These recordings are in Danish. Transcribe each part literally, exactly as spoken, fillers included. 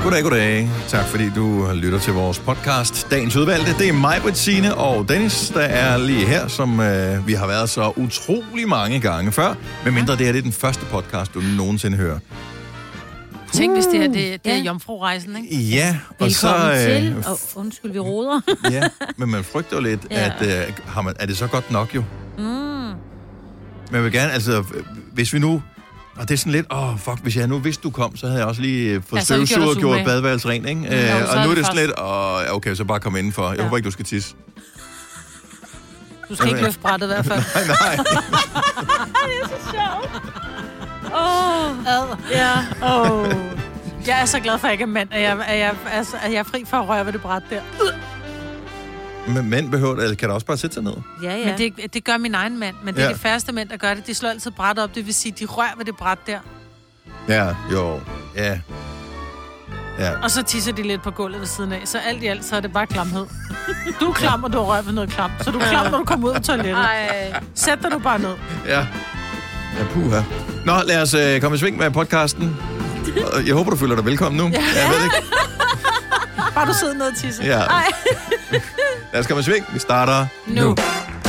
Goddag, goddag. Tak fordi du lytter til vores podcast. Dagens udvalgte, det er mig, Britt, Signe og Dennis, der er lige her, som øh, vi har været så utrolig mange gange før. Med mindre det her det er den første podcast, du nogensinde hører. Tænk, hvis det er, det, det er jomfrurejsen, ikke? Ja, og Velkommen så... Øh, til, og undskyld, vi roder. ja, men man frygter jo lidt, Ja. at øh, har man, er det så godt nok jo? Mm. Men jeg vil gerne, altså, hvis vi nu... Og det er sådan lidt, åh, oh, fuck, hvis jeg nu vidste, du kom, så havde jeg også lige fået Ja, så havde vi gjort støvsuger og os gjort umage. badeværelse rent, ikke? Jo, Øh, så og er nu er det det sådan fast. lidt, åh, okay, så bare kom indenfor. Jeg Ja. håber ikke, du skal tisse. Du skal ikke løfte brættet i hvert fald. Nej, nej. Det er så sjovt. Åh, Ad. ja. Oh. Jeg er så glad for, at jeg ikke er mand, at jeg, at jeg, altså, at jeg er fri for at røre ved det bræt der. Men mænd behøver det, eller kan der også bare sætte sig ned? Ja, ja. Men det, det gør min egen mand, men det er Ja. de færreste mænd, der gør det. De slår altid brættet op, det vil sige, de rører ved det bræt der. Ja, jo, ja. Ja. Og så tisser de lidt på gulvet ved siden af. Så alt i alt, så er det bare klamhed. Du er klam, og du har rørt ved noget klam. Så du er klam, når du kommer ud af toilettet. Ej. Sæt dig du bare ned. Ja. Ja, puha. Nå, lad os øh, komme i sving med podcasten. Og jeg håber, du føler dig velkommen nu. Ja. Jeg ved ikke. Bare du sidder ned og tisser. Ja. Lad os komme i sving. Vi starter nu. Nu.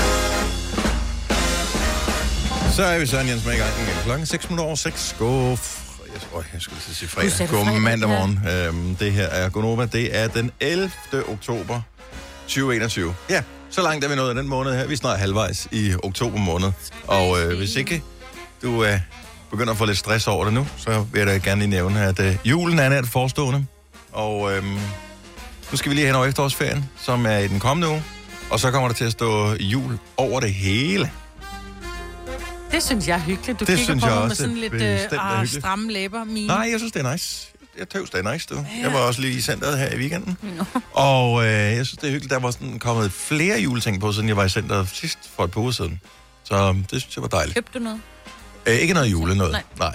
Så er vi Søren Jens med i gang igen. Klokken seks minutter over seks. God... Jeg, åh, jeg skulle lige sige Du fredag. sagde God fredag, mandag ja. morgen. Øhm, det her er Gonova. Det er den ellevte oktober tyve enogtyve. Ja, så langt er vi nået af den måned her. Vi er snart halvvejs i oktober måned. Og øh, hvis ikke du øh, begynder at få lidt stress over det nu, så vil jeg da gerne lige nævne, at øh, julen er nært forestående. Og øh, nu skal vi lige hen over efterårsferien, som er i den kommende uge. Og så kommer der til at stå jul over det hele. Det synes jeg er hyggeligt. Du Det kigger synes på jeg mig med også sådan lidt bestemt er øh, ah, hyggeligt. stramme læber. Mine. Nej, jeg synes, det er nice. Jeg tøvs, det er nice, du. Jeg var også lige i centret her i weekenden. Og øh, jeg synes, det er hyggeligt. Der var sådan kommet flere juleting på, siden jeg var i centret sidst for et par uger siden. Så det synes jeg var dejligt. Købte du noget? Æ, ikke noget jule noget. Nej. Nej.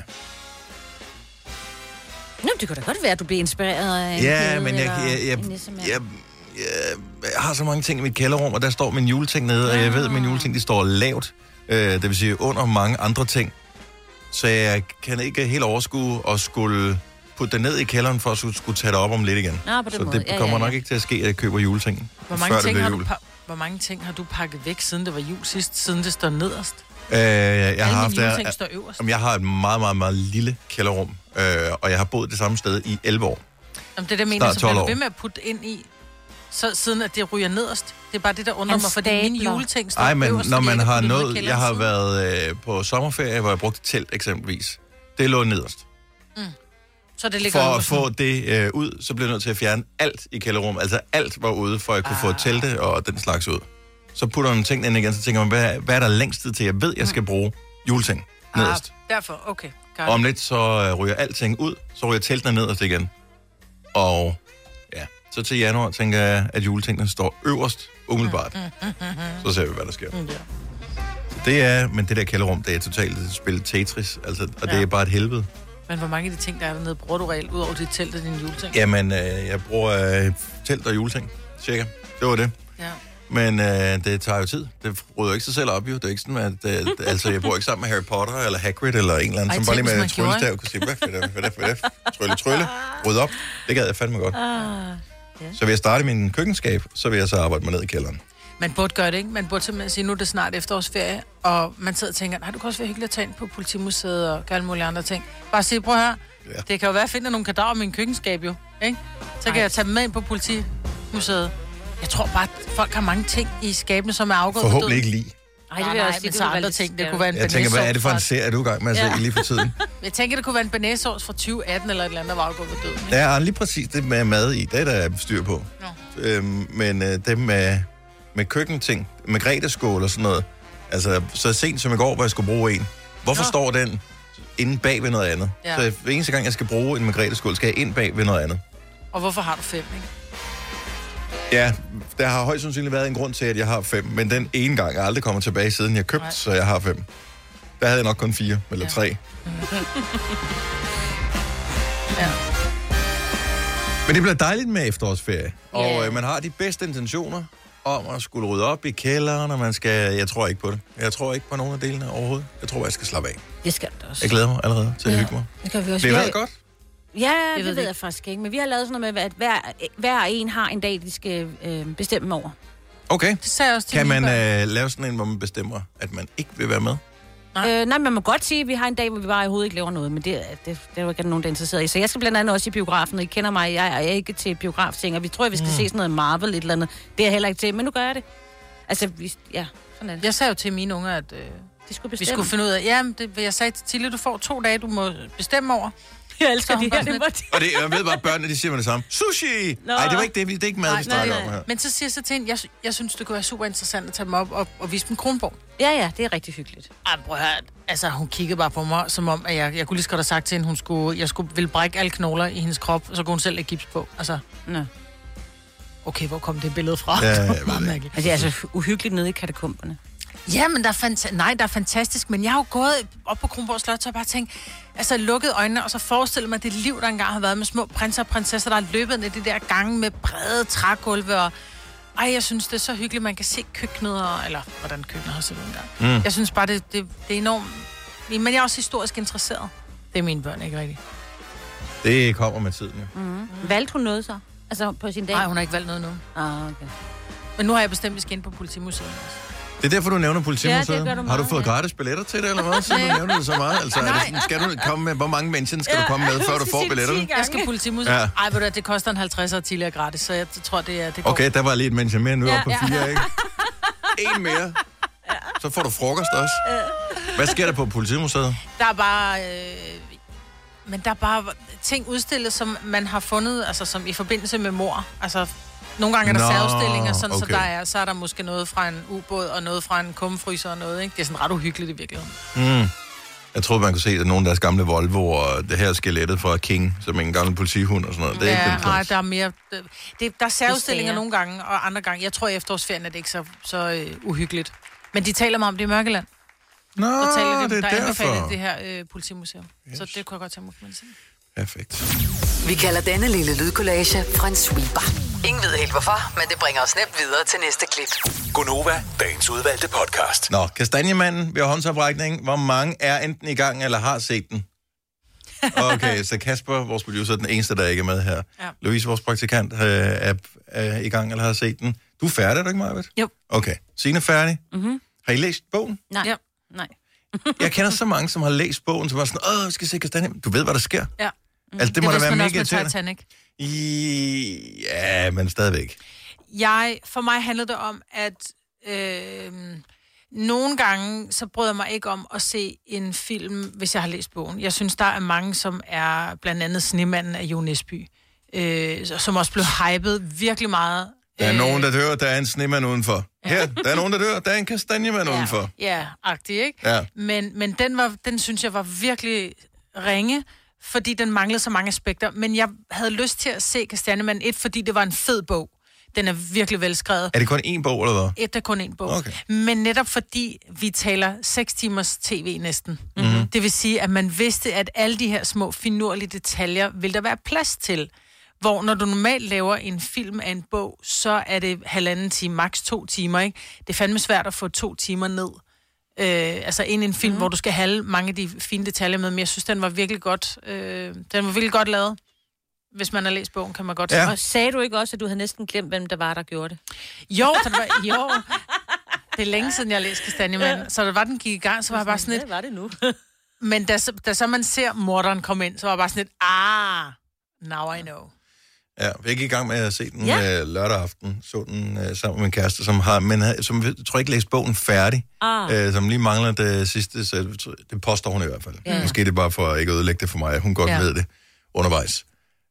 Nå, det kunne da godt være, at du blev inspireret af en Ja, kæde men jeg, eller jeg, jeg, en nissemand. jeg, jeg, jeg har så mange ting i mit kælderrum, og der står min juleting nede, og jeg ved, at mine juleting, de står lavt. Øh, det vil sige under mange andre ting. Så jeg kan ikke helt overskue og skulle putte det ned i kælderen, for at skulle, skulle tage det op om lidt igen. Nå, på den Så måde. det Ja, kommer ja, ja. nok ikke til at ske, at jeg køber juleting, Hvor før mange, det ting bliver har du jul. pa- hvor mange ting har du pakket væk, siden det var jul sidst, siden det står nederst? Øh, jeg, har Alle haft, mine juleting jeg, står øverst. jeg har et meget, meget, meget lille kælderrum, øh, og jeg har boet det samme sted i elleve år. Jamen, det der mener, Snart så tolv bliver år. du ved med at putte ind i, så siden at det ryger nederst. Det er bare det, der undrer Han mig, fordi mine stabler. juleting står Nej, men øverst. når fordi man jeg har ikke puttet dem ned i nået... kælderen Jeg har siden. været øh, på sommerferie, hvor jeg brugte telt eksempelvis. Det lå nederst. Så det ligger For at øverst. få det øh, ud, så blev jeg nødt til at fjerne alt i kælderrummet. Altså alt var ude, for at jeg kunne ah. få telte og den slags ud. Så putter man tingene ind igen, så tænker man, hvad, hvad er der længst tid til? Jeg ved, jeg skal bruge juleting nederst. Ah, derfor, okay. Og om lidt, så øh, ryger alting ud, så ryger teltene nederst igen. Og ja, så til januar tænker jeg, at juletingene står øverst umiddelbart. Så ser vi, hvad der sker. Mm, ja. Det er, men det der kælderrum, det er totalt et spil Tetris, altså, og det Ja. er bare et helvede. Men hvor mange af de ting, der er dernede, bruger du reelt, ud over dit telt og dine juleting? Jamen, øh, jeg bruger øh, telt og juleting, cirka. Det var det. Ja. Men øh, det tager jo tid. Det rydder ikke sig selv op, jo. Det er ikke sådan, at... Øh, altså, jeg bor ikke sammen med Harry Potter eller Hagrid eller en eller anden, Ej, som bare lige tænk, med hvis man tryllestav kan sige, hvad for det, hvad det, hvad det, trylle, trylle, rydde op. Det gad jeg fandme godt. Ah, Så vil jeg starte min køkkenskab, så vil jeg så arbejde mig ned i kælderen. Man burde gøre det, ikke? Man burde simpelthen sige, nu er det snart efterårsferie, og man sidder og tænker, nej, du kan også være hyggelig at tage ind på Politimuseet og alle mulige andre ting. Bare sige, prøv her, Ja. det kan jo være, at jeg finder nogle kadaver i min køkkenskab, jo. Ikke? Så kan Ej. jeg tage dem med ind på Politimuseet. Jeg tror bare, at folk har mange ting i skabene, som er afgået Forhåbentlig ikke lige. Ej, det Nej, vil jeg også sige, men det så vil være andre lidt ting. Det skævt. kunne være en Jeg tænker, hvad er det for en bearnaisesauce serie, du er i gang med at se Ja. lige for tiden? fra- Jeg tænker, det kunne være en bearnaisesauce fra tyve atten eller et eller andet, der var afgået ved døden. Ikke? Der er lige præcis det med mad i, det er der styr på. Nå. Øhm, men øh, det med, med køkkenting, med grædeskål og sådan noget, altså så sent som i går, hvor jeg skulle bruge en. Hvorfor Nå. står den inde bag ved noget andet? Ja. Så hver eneste gang, jeg skal bruge en margrethe-skål, skal jeg ind bag ved noget andet. Og hvorfor har du fem, ikke? Ja, der har højst sandsynligt været en grund til, at jeg har fem, men den ene gang er aldrig kommet tilbage, siden jeg købte, Nej. så jeg har fem. Der havde jeg nok kun fire, eller Ja. tre. Ja. Men det bliver dejligt med efterårsferie, og Ja. øh, man har de bedste intentioner om at skulle rydde op i kælderen, og man skal... Jeg tror ikke på det. Jeg tror ikke på nogen af delene overhovedet. Jeg tror, jeg skal slappe af. Det skal du også. Jeg glæder mig allerede til at Ja. hygge mig. Det kan vi også. Det Vi er har- været godt. Ja, det, ved det ved jeg jeg faktisk ikke. Men vi har lavet sådan noget med, at hver, hver en har en dag, de skal øh, bestemme over. Okay. Det sagde jeg også til Kan mine man børn. øh, lave sådan en, hvor man bestemmer, at man ikke vil være med? Nej. Øh, nej, man må godt sige, at vi har en dag, hvor vi bare overhovedet ikke laver noget, men det, det, det er jo ikke nogen, der er interesseret i. Så jeg skal blandt andet også i biografen, og I kender mig, jeg er ikke til biografting, og vi tror, at vi skal mm. se sådan noget Marvel, et eller andet. Det er jeg heller ikke til, men nu gør jeg det. Altså, vi, ja, sådan er det. Jeg sagde jo til mine unger, at øh, De skulle vi bestemme. skulle finde ud af, ja, det, jeg sagde til Tilly, du får to dage, du må bestemme over. Jeg elsker Så hun de bare her, sådan det var det. Og det, jeg ved bare, at børnene, de siger mig det samme. Sushi! Nå. Nej, det var ikke det, vi- det er ikke mad, vi snakker om her. Men så siger jeg så til hende, jeg, jeg synes, det kunne være super interessant at tage dem op og, og vise dem Kronborg. Ja, ja, det er rigtig hyggeligt. Ej, prøv at høre. Altså, hun kiggede bare på mig, som om, at jeg, jeg kunne lige så godt have sagt til hende, hun skulle, jeg skulle ville brække alle knogler i hendes krop, og så kunne hun selv lægge gips på. Altså, Nå. okay, hvor kom det billede fra? Ja, jeg Det var ved meget det. mærkeligt. Altså, det er altså uhyggeligt nede i katakomberne. Ja, men der er fanta- nej, der er fantastisk, men jeg har jo gået op på Kronborg Slot, så jeg bare tænkt, altså lukket øjnene, og så forestillet mig det liv, der engang har været med små prinser og prinsesser, der har løbet ned i de der gange med brede trægulve, og ej, jeg synes, det er så hyggeligt, man kan se køkkenet, og, eller hvordan køkkenet har set ud engang. Mm. Jeg synes bare, det, det, det er enormt, men jeg er også historisk interesseret. Det er mine børn ikke rigtigt. Det kommer med tiden, jo. Mm. Valgte hun noget så? Altså på sin dag? Nej, hun har ikke valgt noget nu. Ah, okay. Men nu har jeg bestemt, at vi skal ind på Politimuseet også. Det er derfor, du nævner Politimuseet. Ja, det gør du Har du meget, fået ja. gratis billetter til det, eller hvad? Så du nævner det så meget. Altså, er det sådan, skal du komme med, hvor mange mennesker skal du komme med, før du får billetterne? Jeg skal Politimuseet. Ja. Ja. Ej, ved du, det koster en halvtredser og tidligere gratis, så jeg tror, det, er, det går. Okay, der var lige et menneske mere, nu er Ja, ja, på ja. fire, ikke? En mere. Så får du frokost også. Hvad sker der på Politimuseet? Der er bare... Øh, men der er bare ting udstillet, som man har fundet, altså som i forbindelse med mord. Altså, nogle gange er der Nå, særudstillinger, sådan, okay. så, der er, så er der måske noget fra en ubåd, og noget fra en kummefryser og noget, ikke? Det er sådan ret uhyggeligt i virkeligheden. Mm. Jeg troede, man kunne se, at nogle af deres gamle Volvo, og det her skelettet fra King, som en gammel politihund og sådan noget. Det er Ja, ikke den nej, slags. der er mere... Det, det, der er særudstillinger Desværre. nogle gange, og andre gange. Jeg tror, i efterårsferien er det ikke så, så øh, uhyggeligt. Men de taler mig om det i Mørkeland. Nå, Der taler de, det der er anbefaler derfor. det her øh, politimuseum. Yes. Så det kunne jeg godt tage mig på min side. Perfekt. Vi kalder denne lille lydkollage en sweeper. Ingen ved helt hvorfor, men det bringer os nemt videre til næste klip. Gonova, dagens udvalgte podcast. Nå, Kastanjemanden ved håndsoprækning. Hvor mange er enten i gang eller har set den? Okay, så Kasper, vores producer, er den eneste, der ikke er med her. Ja. Louise, vores praktikant, øh, er, er i gang eller har set den. Du er færdig, er du ikke, Marvitt? Jo. Okay. Signe er færdig. Mhm. Har I læst bogen? Nej. Ja. Nej. Jeg kender så mange, som har læst bogen, som var sådan, åh, vi skal se Kastanjemanden. Du ved, hvad der sker. Ja. Altså, det, det må da vidste være man mega også med irriterende. Titanic. I... Ja, men stadigvæk. Jeg, for mig handlede det om, at øh, nogle gange, så bryder jeg mig ikke om at se en film, hvis jeg har læst bogen. Jeg synes, der er mange, som er blandt andet Snemanden af Jo Nesby, øh, som også blev hypet virkelig meget. Der er Øh, nogen, der dør, der er en snemand udenfor. Her, der er nogen, der dør, der er en kastanjemand ja, udenfor. Ja, agtig, ikke? Ja. Men, men den, var, den synes jeg var virkelig ringe, fordi den manglede så mange aspekter. Men jeg havde lyst til at se Kastanjemand et, fordi det var en fed bog. Den er virkelig velskrevet. Er det kun én bog, eller hvad? Et er kun en bog. Okay. Men netop fordi vi taler seks timers tv næsten. Mm-hmm. Det vil sige, at man vidste, at alle de her små finurlige detaljer vil der være plads til. Hvor når du normalt laver en film af en bog, så er det halvanden time, maks to timer, ikke? Det er fandme svært at få to timer ned. Øh, altså ind i en film, mm-hmm. hvor du skal have mange af de fine detaljer med. Men jeg synes, den var virkelig godt, øh, den var virkelig godt lavet. Hvis man har læst bogen, kan man godt Ja. se. Og sagde du ikke også, at du havde næsten glemt, hvem der var, der gjorde det? Jo, så det var, jo. Det er længe siden, jeg har læst Kastanjemanden. Så det var, den gik i gang, så var jeg bare sådan lidt... Det var det nu. Men da, så- da så man ser morderen komme ind, så var jeg bare sådan lidt, ah, now I know. Ja, jeg gik i gang med at se den Ja. ja. øh, lørdag aften. Så den øh, sammen med min kæreste, som har, men havde- som jeg tror ikke læst bogen færdig. Ah. Øh, som lige mangler det sidste, så jeg tror- det påstår hun i hvert fald. Ja. Måske det er bare for at ikke ødelægge det for mig, at hun godt Ja. ved det undervejs.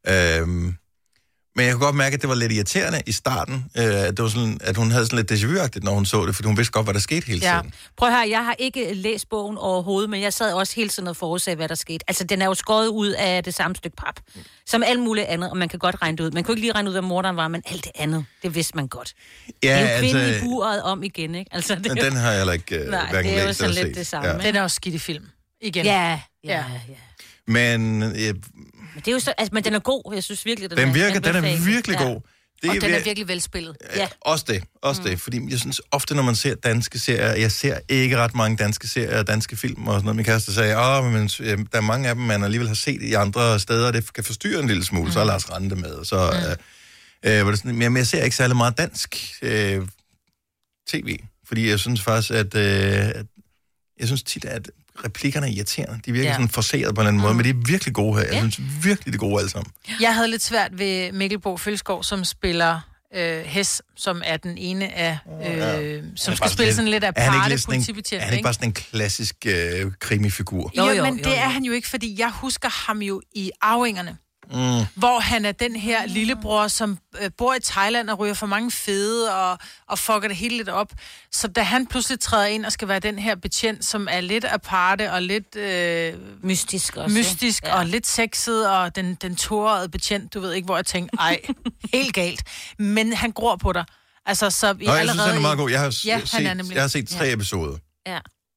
Øhm, men jeg kunne godt mærke, at det var lidt irriterende i starten, øh, at, det var sådan, at hun havde sådan lidt déjà vu-agtigt, når hun så det, fordi hun vidste godt, hvad der skete hele Ja. tiden. Prøv at høre, jeg har ikke læst bogen overhovedet, men jeg sad også hele tiden og forudsagde, hvad der skete. Altså, den er jo skåret ud af det samme stykke pap, som alt muligt andet, og man kan godt regne det ud. Man kunne ikke lige regne ud, hvad morderen var, men alt det andet, det vidste man godt. Ja, det er jo kvinden i buret om igen, ikke? Altså, det er jo... den har jeg heller ikke øh, Nej, hverken det er jo læst sådan eller lidt set. det samme, Ja. ikke? Den er også skidt i film. Igen. Ja, ja, Ja. ja. Men øh, Men, det er jo så, altså, men den er god, jeg synes virkelig, den, den er virker, den er anbefalet. virkelig Ja. god. Det Og er den er vir- virkelig velspillet. Ja. Også det, også mm. det. Fordi jeg synes ofte, når man ser danske serier, jeg ser ikke ret mange danske serier og danske film og sådan noget. Min kæreste sagde, åh, men øh, der er mange af dem, man alligevel har set i andre steder, og det kan forstyrre en lille smule. Mm. Så er Lars Rante med. Så, mm. øh, øh, var det sådan, men jeg ser ikke særlig meget dansk øh, tv. Fordi jeg synes faktisk, at... Øh, at jeg synes tit, at replikkerne er irriterende. De virker ja. sådan forceret på en anden måde, mm. men de er virkelig gode her. Jeg synes virkelig, de er gode alle sammen. Jeg havde lidt svært ved Mikkel Bo Følskov, som spiller øh, Hess, som er den ene af... Øh, ja. Som skal spille sådan lidt af parte politibetjent. Er han ikke bare sådan en klassisk øh, krimifigur? Jo, jo, jo, men det jo, jo. er han jo ikke, fordi jeg husker ham jo i Arvingerne. Mm. Hvor han er den her lillebror, som øh, bor i Thailand og ryger for mange fede og, og fucker det hele lidt op. Så da han pludselig træder ind og skal være den her betjent, som er lidt aparte og lidt øh, mystisk, også. mystisk ja. og lidt sexet, og den, den tårede betjent, du ved ikke, hvor jeg tænkte, ej, helt galt. Men han gror på dig. Altså, så Nå, jeg allerede synes, han er meget god. Jeg har, ja, set, nemlig... jeg har set tre ja. episoder. Ja.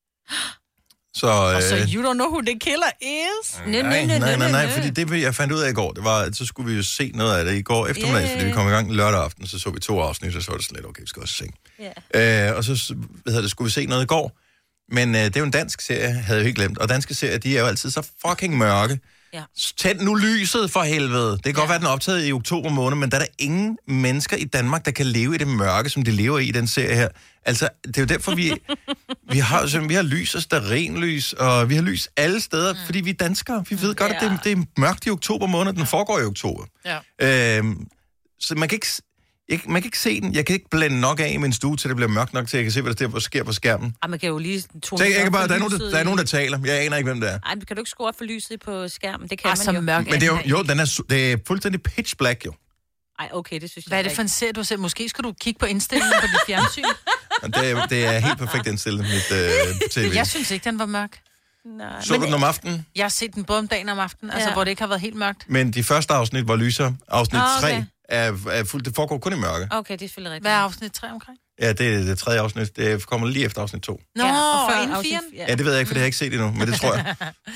Så, øh... og så you don't know who the killer is? Nej, nej, nej, nej, nej, nej, fordi det, jeg fandt ud af i går, det var, at så skulle vi jo se noget af det i går eftermiddag, yeah. fordi vi kom i gang lørdag aften, så så vi to afsnit, og så var det sådan lidt, okay, vi skal også se. Yeah. Øh, og så hvad hedder det, skulle vi se noget i går, men øh, det er jo en dansk serie, havde jeg ikke glemt, og danske serier, de er jo altid så fucking mørke. Ja. Tænd nu lyset for helvede. Det kan ja. godt være, at den er optaget i oktober måned, men der er der ingen mennesker i Danmark, der kan leve i det mørke, som de lever i den serie her. Altså, det er jo derfor, vi, vi, har, vi har lys og stearinlys, og vi har lys alle steder, mm. fordi vi er danskere. Vi ved godt, ja. at det, det er mørkt i oktober måned, den foregår i oktober. Ja. Øhm, så man kan ikke... Jeg, man kan ikke se den. Jeg kan ikke blende nok af i min stue, til det bliver mørkt nok, til jeg kan se, hvad der sker på skærmen. Ej, man kan jo lige... Tænk, jeg kan bare, der, er nogen, der, der er nogen, der taler. Jeg aner ikke, hvem det er. Ej, kan du ikke skrue op for lyset på skærmen? Det kan Ej, man jo. Mørk, men det er jo, jo den er, det er fuldstændig pitch black, jo. Ej, okay, det synes jeg. Hvad er det for en serie, du ser? Måske skulle du kigge på indstillingen på dit fjernsyn. det, er, det er helt perfekt indstillet, mit øh, tv. Jeg synes ikke, den var mørk. Nej. Så du den om aftenen? Jeg har set den både om dagen og om aftenen, ja. altså hvor det ikke har været helt mørkt. Men de første afsnit var lyser. Afsnit oh, okay. tre er, er fuldt, det foregår kun i mørke. Okay, det er selvfølgelig rigtigt. Hvad er afsnit tre omkring? Ja, det er det tredje afsnit. Det kommer lige efter afsnit to. Nå, ja, og før inden firen? Ja. ja, det ved jeg ikke, for det har jeg ikke set endnu, men det tror jeg.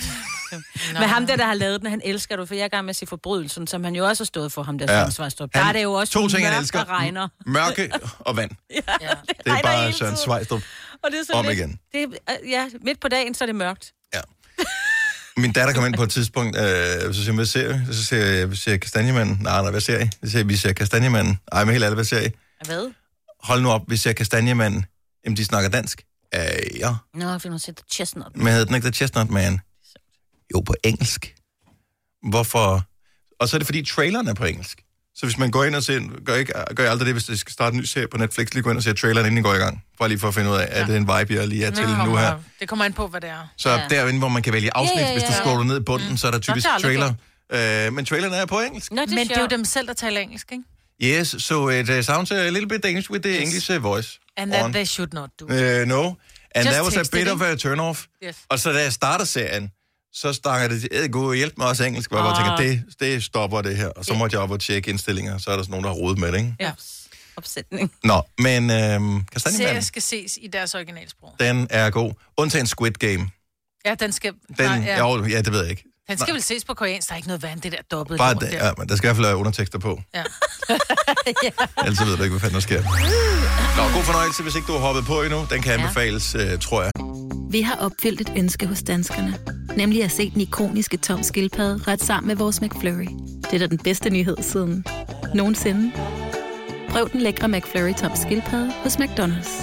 Men ham der, der har lavet den, han elsker du, for jeg er i gang med at se Forbrydelsen, som han jo også har stået for ham, der ja. Svarstrup. Der er det jo også to ting, mørk, han elsker. der regner. Mørke og vand. ja, det, det er bare Søren Svejstrup og det er om lidt, igen. Det er, ja, midt på dagen, så er det mørkt. Ja. Min datter kom ind på et tidspunkt, øh, så siger jeg, hvad ser vi? Så siger jeg, vi ser Kastanjemanden. Nej, nej, hvad ser I? Så siger vi ser Kastanjemanden. Ej, men helt alle, hvad ser I? Hvad? Hold nu op, vi ser Kastanjemanden. Jamen, de snakker dansk. Øh, ja. Nå, for nu siger The Chestnut. Men hedder den ikke The Chestnut Man? Jo, på engelsk. Hvorfor? Og så er det, fordi traileren er på engelsk. Så hvis man går ind og ser, gør, ikke, gør jeg aldrig det, hvis det skal starte en ny serie på Netflix, lige gå ind og se traileren, inden I går i gang. Bare lige for at finde ud af, ja. er det en vibe, jeg lige er til Nå, nu her. Det kommer ind på, hvad det er. Så ja. derinde, hvor man kan vælge afsnit, ja, ja, ja. hvis du scroller ned i bunden, mm. så er der typisk Nå, trailer. Øh, men traileren er på engelsk. Nå, det men det er jo dem selv, der taler engelsk, ikke? Yes, so it uh, sounds a little bit Danish with the yes. English uh, voice. And that on. They should not do. Uh, no, and Just that was a bit it, of a turn-off. Yes. Og så da jeg starter serien, så snakker det, æd god hjælp mig også engelsk, hvor jeg bare tænker, det, det stopper det her. Og så måtte jeg op og tjekke indstillinger, så er der sådan nogen, der har rodet med det, ikke? Ja, opsætning. Nå, men øhm, serien skal ses i deres originalsprog. Den er god. Undtagen Squid Game. Ja, den skal... Den, nej, ja. Jo, ja, det ved jeg ikke. Den skal nej. vel ses på koreansk, der er ikke noget vand, det der dobbelt. Bare det, ja, men der skal i hvert fald være undertekster på. Ja. ja. Ellers ved du ikke, hvad fanden der sker. Nå, god fornøjelse, hvis ikke du har hoppet på endnu. Den kan anbefales, ja. øh, tror jeg. Vi har opfyldt et ønske hos danskerne. Nemlig at se den ikoniske Tom Skildpadde ret sammen med vores McFlurry. Det er da den bedste nyhed siden nogensinde. Prøv den lækre McFlurry Tom Skildpadde hos McDonald's.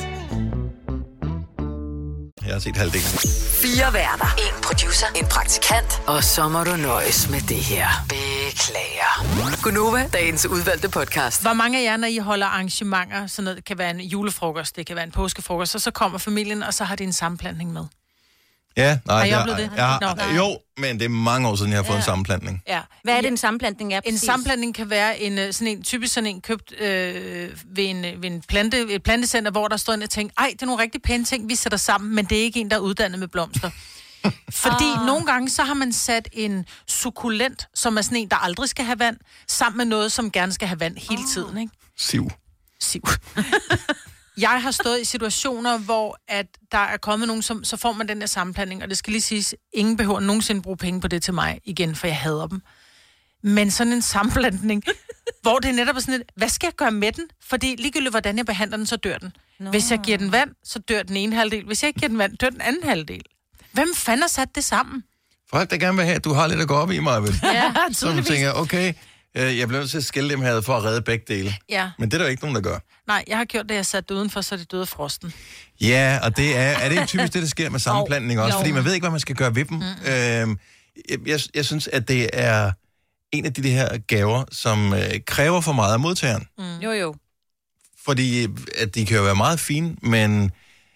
Jeg har set halvdelen. Fire værter. En producer. En praktikant. Og så må du nøjes med det her. Beklager. Gunova, dagens udvalgte podcast. Hvor mange af jer, når I holder arrangementer, sådan noget, det kan være en julefrokost, det kan være en påskefrokost, og så kommer familien, og så har de en sammenplantning med? Ja, nej. Har I jeg, oplevet det? Jeg, Nå, jeg, jo, men det er mange år siden, jeg har fået ja. en sammenplantning. Ja. Hvad er det, en sammenplantning er? En sammenplantning kan være en, sådan en, typisk sådan en købt øh, ved, en, ved en plante, et plantecenter, hvor der står en og tænker, ej, det er nogle rigtig pæne ting, vi sætter sammen, men det er ikke en, der er uddannet med blomster. Fordi oh. nogle gange, så har man sat en sukkulent, som er sådan en, der aldrig skal have vand, sammen med noget, som gerne skal have vand hele tiden, ikke? Siv. Siv. Jeg har stået i situationer, hvor at der er kommet nogen, som, så får man den der sammenplantning, og det skal lige siges, ingen behøver nogensinde bruge penge på det til mig igen, for jeg hader dem. Men sådan en sammenblandning, hvor det netop er sådan et, hvad skal jeg gøre med den? Fordi ligegyldigt, hvordan jeg behandler den, så dør den. Nå. Hvis jeg giver den vand, så dør den ene halvdel. Hvis jeg ikke giver den vand, dør den anden halvdel. Hvem fanden har sat det sammen? Folk, der gerne vil have, at du har lidt at gå op i, Maja. Ja, så du tænker, okay, jeg bliver nødt til at skille dem her for at redde begge dele. Ja. Men det er der jo ikke nogen, der gør. Nej, jeg har gjort det, jeg satte det udenfor, så er det døde af frosten. Ja, og det er, er det ikke typisk det, der sker med sammenplantning også? Jo. Fordi man ved ikke, hvad man skal gøre ved dem. Mm. Øhm, jeg, jeg synes, at det er en af de, de her gaver, som øh, kræver for meget af modtageren. Mm. Jo, jo. Fordi at de kan jo være meget fine, men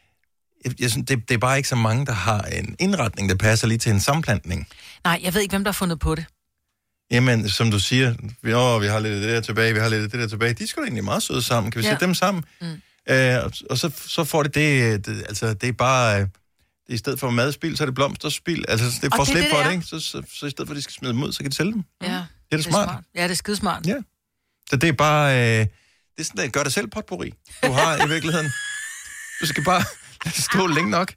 jeg, jeg synes, det, det er bare ikke så mange, der har en indretning, der passer lige til en sammenplantning. Nej, jeg ved ikke, hvem der har fundet på det. Jamen, som du siger, vi, åh, vi har lidt af det der tilbage, vi har lidt af det der tilbage. De skal da egentlig meget søde sammen. Kan vi ja. sætte dem sammen? Mm. Øh, og, og så, så får det det, det, altså det er bare, det er i stedet for madspil, så er det blomsterspil. Altså det får slip for det, ikke? Så, så, så i stedet for, at de skal smide dem ud, så kan de sælge dem. Ja. Det er det, det smart. smart. Ja, det er skidesmart. Ja. Så det er bare, øh, det er sådan, at gør det selv potpourri. Du har i virkeligheden, du skal bare lade det stå længe nok.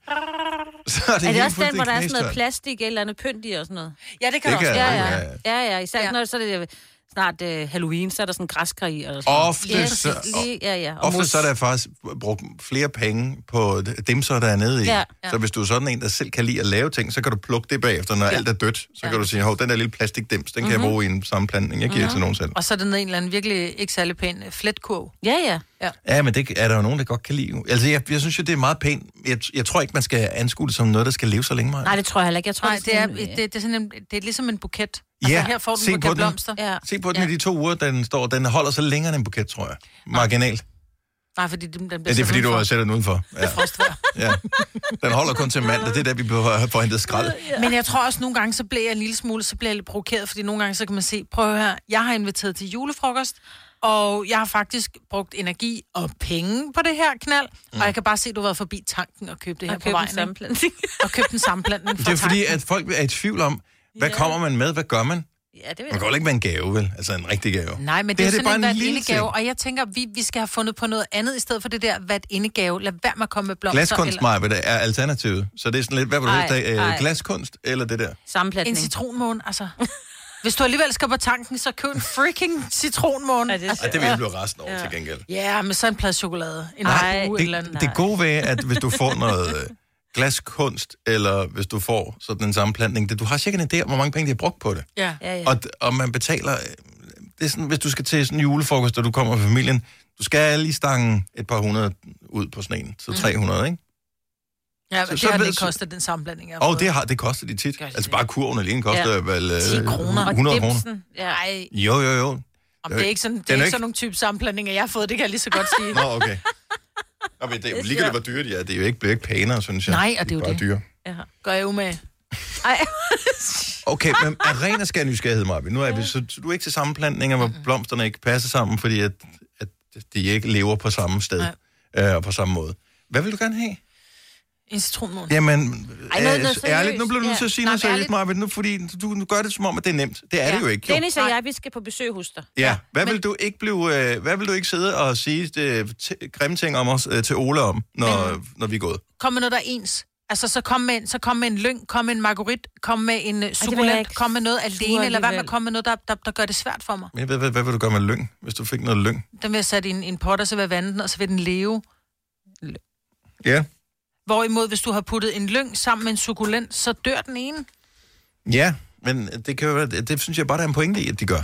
Så er det, er det også den, hvor der er sådan noget plastik eller andet pynt i og sådan noget? Ja, det kan det du også. Kan, ja, ja. ja. ja, ja. Især ja. Når så er det snart uh, Halloween, så er der sådan en græskar i. Eller sådan. Ofte, yes, så, lige, ja, ja. ofte mus. Så er der faktisk brugt flere penge på dem, så der er nede i. Ja, ja. Så hvis du er sådan en, der selv kan lide at lave ting, så kan du plukke det bagefter, når ja. alt er dødt. Så ja. kan du sige, hov, den der lille plastikdims, den kan mm-hmm. jeg bruge i en sammenplantning. Jeg giver mm-hmm. til nogen selv. Og så er der en eller anden virkelig ikke særlig pæn fletkurv. Ja, ja. Ja, ja men det er der jo nogen, der godt kan lide. Altså, jeg, jeg synes jo, det er meget pænt. Jeg, jeg tror ikke, man skal anskue det som noget, der skal leve så længe meget. Nej, det tror jeg heller ikke. Jeg tror, Nej, det er, det, er, det, er sådan en, det er ligesom en buket. Ja, altså, her får du en buket blomster. Ja. Se på den ja. i de to uger, den står. Den holder så længere end en buket, tror jeg. Marginalt. Nej, fordi den, den ja, det er fordi, du har sat den udenfor. Ja. Det er frostvejr. Ja. Den holder kun til mandag. Det er der, vi behøver for hentet skrald. Ja. Men jeg tror også, nogle gange, så bliver jeg en lille smule, så bliver jeg lidt provokeret, fordi nogle gange, så kan man se, prøv her, jeg har inviteret til julefrokost, og jeg har faktisk brugt energi og penge på det her knald, mm. og jeg kan bare se, at du har været forbi tanken og købt det her og på vejen. Og købt en sammenplantning fra Det er fordi, tanken. at folk er i tvivl om, hvad ja. kommer man med, hvad gør man? Ja, det man kan jo ikke være en gave, vel? Altså en rigtig gave. Nej, men det, det er sådan det er en lille gave, og jeg tænker, vi, vi skal have fundet på noget andet, i stedet for det der vat indegave. Lad være med at komme med blomster. Glaskunst, Maja, eller... er alternativet. Så det er sådan lidt, hvad vil du helst glaskunst eller det der? Sammenplantning. En citronmåne, altså. Hvis du alligevel skal på tanken, så køb en freaking citronmåne. Ja, det, ja, det vil jeg blive resten over ja. til gengæld. Ja, med sådan en plade chokolade. En Nej, det, eller det, det gode ved, at hvis du får noget glaskunst, eller hvis du får sådan en sammenplantning, det, du har sikkert en idé om, hvor mange penge de har brugt på det. Ja. Ja, ja. Og, og man betaler, det er sådan, hvis du skal til sådan en julefrokost, og du kommer med familien, du skal lige stange et par hundrede ud på sådan en, så tre hundrede, ikke? Ja, så, det så har det ikke kostet, den sammenblanding. Åh, oh, det har det koster de tit. Altså bare kurven alene koster ja. vel ti kroner. hundrede kroner. Ja. Jo, jo, jo. Om det er ikke sådan, det er ikke sådan nogle type sammenblandinger, jeg har fået, det kan jeg lige så godt sige. Nå, okay. Nå, men det er jo ligegyldigt, hvor dyrt de er. Det er jo ikke, bliver ikke pænere, synes jeg. Nej, og det er jo bare det. Dyre. Ja. Gør jeg jo med. Ej. Okay, men er ren og skær nysgerrighed, Marvin. Nu er vi, så, så du er ikke til sammenplantninger, hvor blomsterne ikke passer sammen, fordi at, at de ikke lever på samme sted øh, og på samme måde. Hvad vil du gerne have? En citronmåne. Jamen, Ej, noget, noget ærligt, nu bliver du nødt til at sige noget seriøst, Marvin, nu, fordi du, du gør det som om, at det er nemt. Det er ja. det jo ikke. Jo. Dennis og jeg, vi skal på besøg hos dig. Ja, ja. Hvad, men... vil du ikke blive, øh, hvad vil du ikke sidde og sige det, t- grimme ting om os øh, til Ole om, når, men... når vi er gået? Kom med noget, der er ens. Altså, så kom med en, så kom med en lyng, kom med en marguerite, kom med en uh, sukulent, kom med noget alene, eller hvad med at komme med noget, der, der, der gør det svært for mig. Men hvad, hvad, hvad vil du gøre med lyng, hvis du fik noget lyng? Den vil jeg sætte i en, en pot, og så vil jeg vande den, og så vil den leve. Ja. Hvorimod, hvis du har puttet en lyng sammen med en sukulent, så dør den ene. Ja, men det, kan jo være, det, det synes jeg bare, der er en pointe i, at de gør.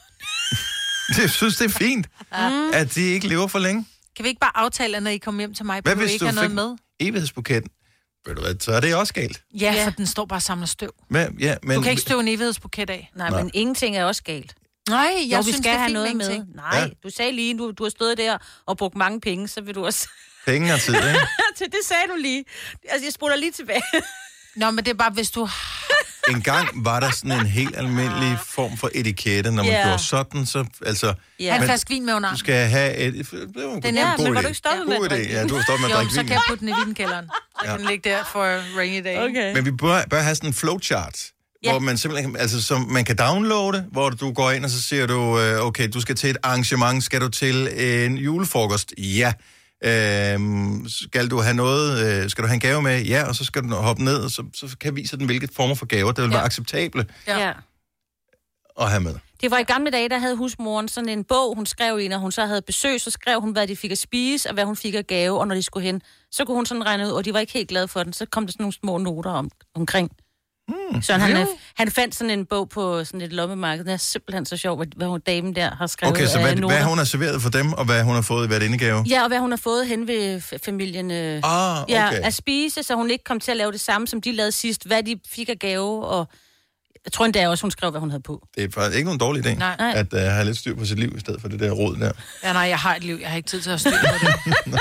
Jeg synes, det er fint, mm. at de ikke lever for længe. Kan vi ikke bare aftale, at når I kommer hjem til mig, at du ikke har noget med? Evighedsbuketten, ved du hvad, så er det også galt. Ja, ja, for den står bare og samler støv. Men, ja, men... Du kan ikke støve en evighedsbuket af. Nej, Nej, men ingenting er også galt. Nej, jeg jo, vi synes, skal det er have noget med. Nej, ja. Du sagde lige, du, du har stået der og brugt mange penge, så vil du også... Penge og tid, ikke? Det sagde du lige. Altså, jeg spoler lige tilbage. Nå, men det er bare, hvis du... En gang var der sådan en helt almindelig form for etikette, når man yeah. gjorde sådan, så altså... Yeah. En flaske vin med under. Du skal have et... Det var en den god, er, god men idé. var du ikke stoppet med at drikke? Ja, du har stoppet med at drikke vin. Så kan jeg putte den i vinkælderen. Så ja. kan den ligge der for rainy day. Okay. Men vi bør, bør have sådan en flowchart, ja. hvor man simpelthen... Altså, som man kan downloade, hvor du går ind, og så siger du, okay, du skal til et arrangement, skal du til en julefrokost? Ja. Øhm, skal du have noget, øh, skal du have en gave med? Ja, og så skal du hoppe ned, og så, så kan vise den, hvilke former for gaver, der vil ja. være acceptable ja. at have med. Det var i gamle dage, der havde husmoren sådan en bog, hun skrev i, når hun så havde besøg, så skrev hun, hvad de fik at spise, og hvad hun fik at gave, og når de skulle hen, så kunne hun sådan regne ud, og de var ikke helt glade for den, så kom der sådan nogle små noter om, omkring. Mm, så han, han fandt sådan en bog på sådan et lommemarked, det er simpelthen så sjovt, hvad, hvad hun damen der har skrevet. Okay, så hvad, noter. hvad hun har serveret for dem, og hvad hun har fået i hvert indegave? Ja, og hvad hun har fået hen ved familien. Øh, ah, okay. Ja, at spise, så hun ikke kom til at lave det samme, som de lavede sidst, hvad de fik at gave, og jeg tror endda også, hun skrev, hvad hun havde på. Det er faktisk ikke nogen dårlig idé, Nej. at uh, have lidt styr på sit liv, i stedet for det der rod der. Ja, nej, jeg har et liv. Jeg har ikke tid til at styre på det.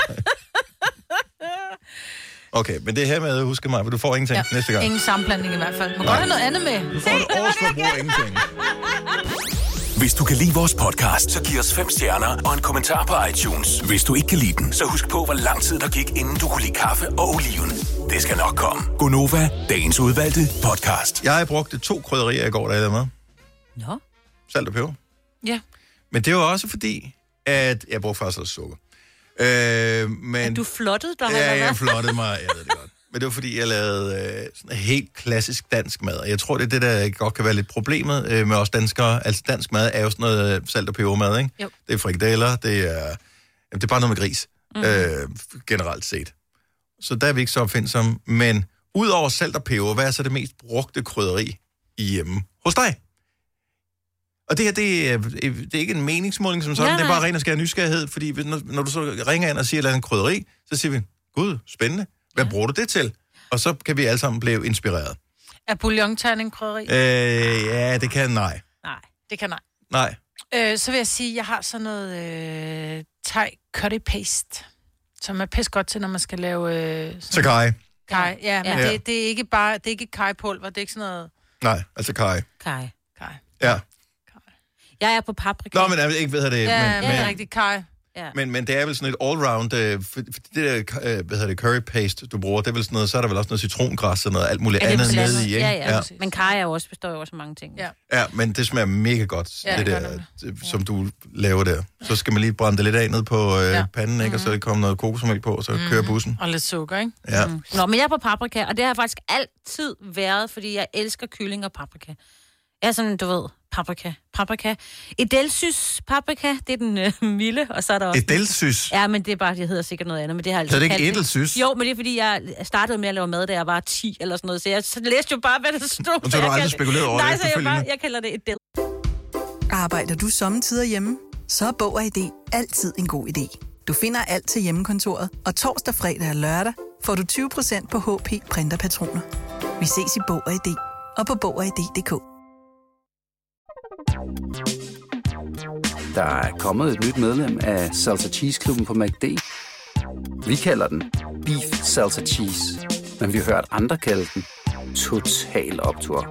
Okay, men det her med, husk mig, du får ingenting ja. næste gang. Ingen sammenblanding i hvert fald. Man godt have noget andet med. Du får et års forbrug af ingenting. Hvis du kan lide vores podcast, så giv os fem stjerner og en kommentar på iTunes. Hvis du ikke kan lide den, så husk på, hvor lang tid der gik, inden du kunne lide kaffe og oliven. Det skal nok komme. Gonova, dagens udvalgte podcast. Jeg brugte to krydderier i går, da jeg lavede mad. Nå. Salt og peber. Ja. Men det var også fordi, at jeg brugte faktisk også sukker. Øh, men... Er du flottet dig? Ja, jeg flottede mig, jeg ved det godt. Men det var fordi, jeg lavede øh, sådan helt klassisk dansk mad. Og jeg tror, det er det, der godt kan være lidt problemet øh, med os danskere. Altså dansk mad er jo sådan noget salt- og pebermad, ikke? Jo. Det er frikadeller, det er, jamen, det er bare noget med gris, mm. øh, generelt set. Så der er vi ikke så opfindsomme. Men udover salt og peber, hvad er så det mest brugte krydderi i hjemme hos dig? Og det her, det er, det er ikke en meningsmåling som sådan, ja, det er bare ren og skær nysgerrighed, fordi når, når du så ringer ind og siger, at en krydderi, så siger vi, gud, spændende, hvad ja. bruger du det til? Og så kan vi alle sammen blive inspireret. Er bouillonterning krydderi? Øh, ja, det kan nej. Nej, det kan nej. Nej. Øh, så vil jeg sige, at jeg har sådan noget øh, thai curry paste, som er pisse godt til, når man skal lave... Øh, så kaj. Kaj, ja, men ja. Det, det er ikke bare, det er ikke kajpulver, det er ikke sådan noget... Nej, altså kaj. Kaj. Kaj. Ja. Jeg er på paprika. Nå, men jeg ikke ved, hvad det er. Ja, men, ja, men, det er rigtigt, kaj. Ja. Men, men det er vel sådan et all-round, øh, for, for det der, øh, hvad hedder det, curry paste, du bruger, det er vel sådan noget, så er der vel også noget citrongræs og noget alt muligt andet nede i, ikke? Ja, ja, ja. Men kaj er også, består jo også af mange ting. Ja. Ja, men det smager mega godt, ja, det der, det, som du laver der. Så skal man lige brænde det lidt af ned på øh, ja. panden, ikke? Mm-hmm. Og så kommer noget kokosmælk på, og så mm-hmm. kører bussen. Og lidt sukker, ikke? Ja. Mm. Nå, men jeg er på paprika, og det har faktisk altid været, fordi jeg elsker kylling og paprika. Jeg er sådan, du ved, paprika, paprika. Edelsys paprika, det er den øh, milde, og så er der også... Edelsys? Ja, men det er bare, det hedder sikkert noget andet, men det har altid... Så det er ikke edelsys? Jo, men det er, fordi jeg startede med at lave mad, da jeg var ti eller sådan noget, så jeg så læste jo bare, hvad der stod. Og så har du aldrig spekuleret over nej, det efterfølgende? Nej, så jeg, jeg kalder det edel. Arbejder du sommetider hjemme? Så er Bog og I D altid en god idé. Du finder alt til hjemmekontoret, og torsdag, fredag og lørdag får du tyve procent på H P printerpatroner. Vi ses i Bog og I D og på bog og i d punktum d k. Der er kommet et nyt medlem af Salsa Cheese Klubben på McD. Vi kalder den Beef Salsa Cheese, men vi har hørt andre kalde den Total Optur.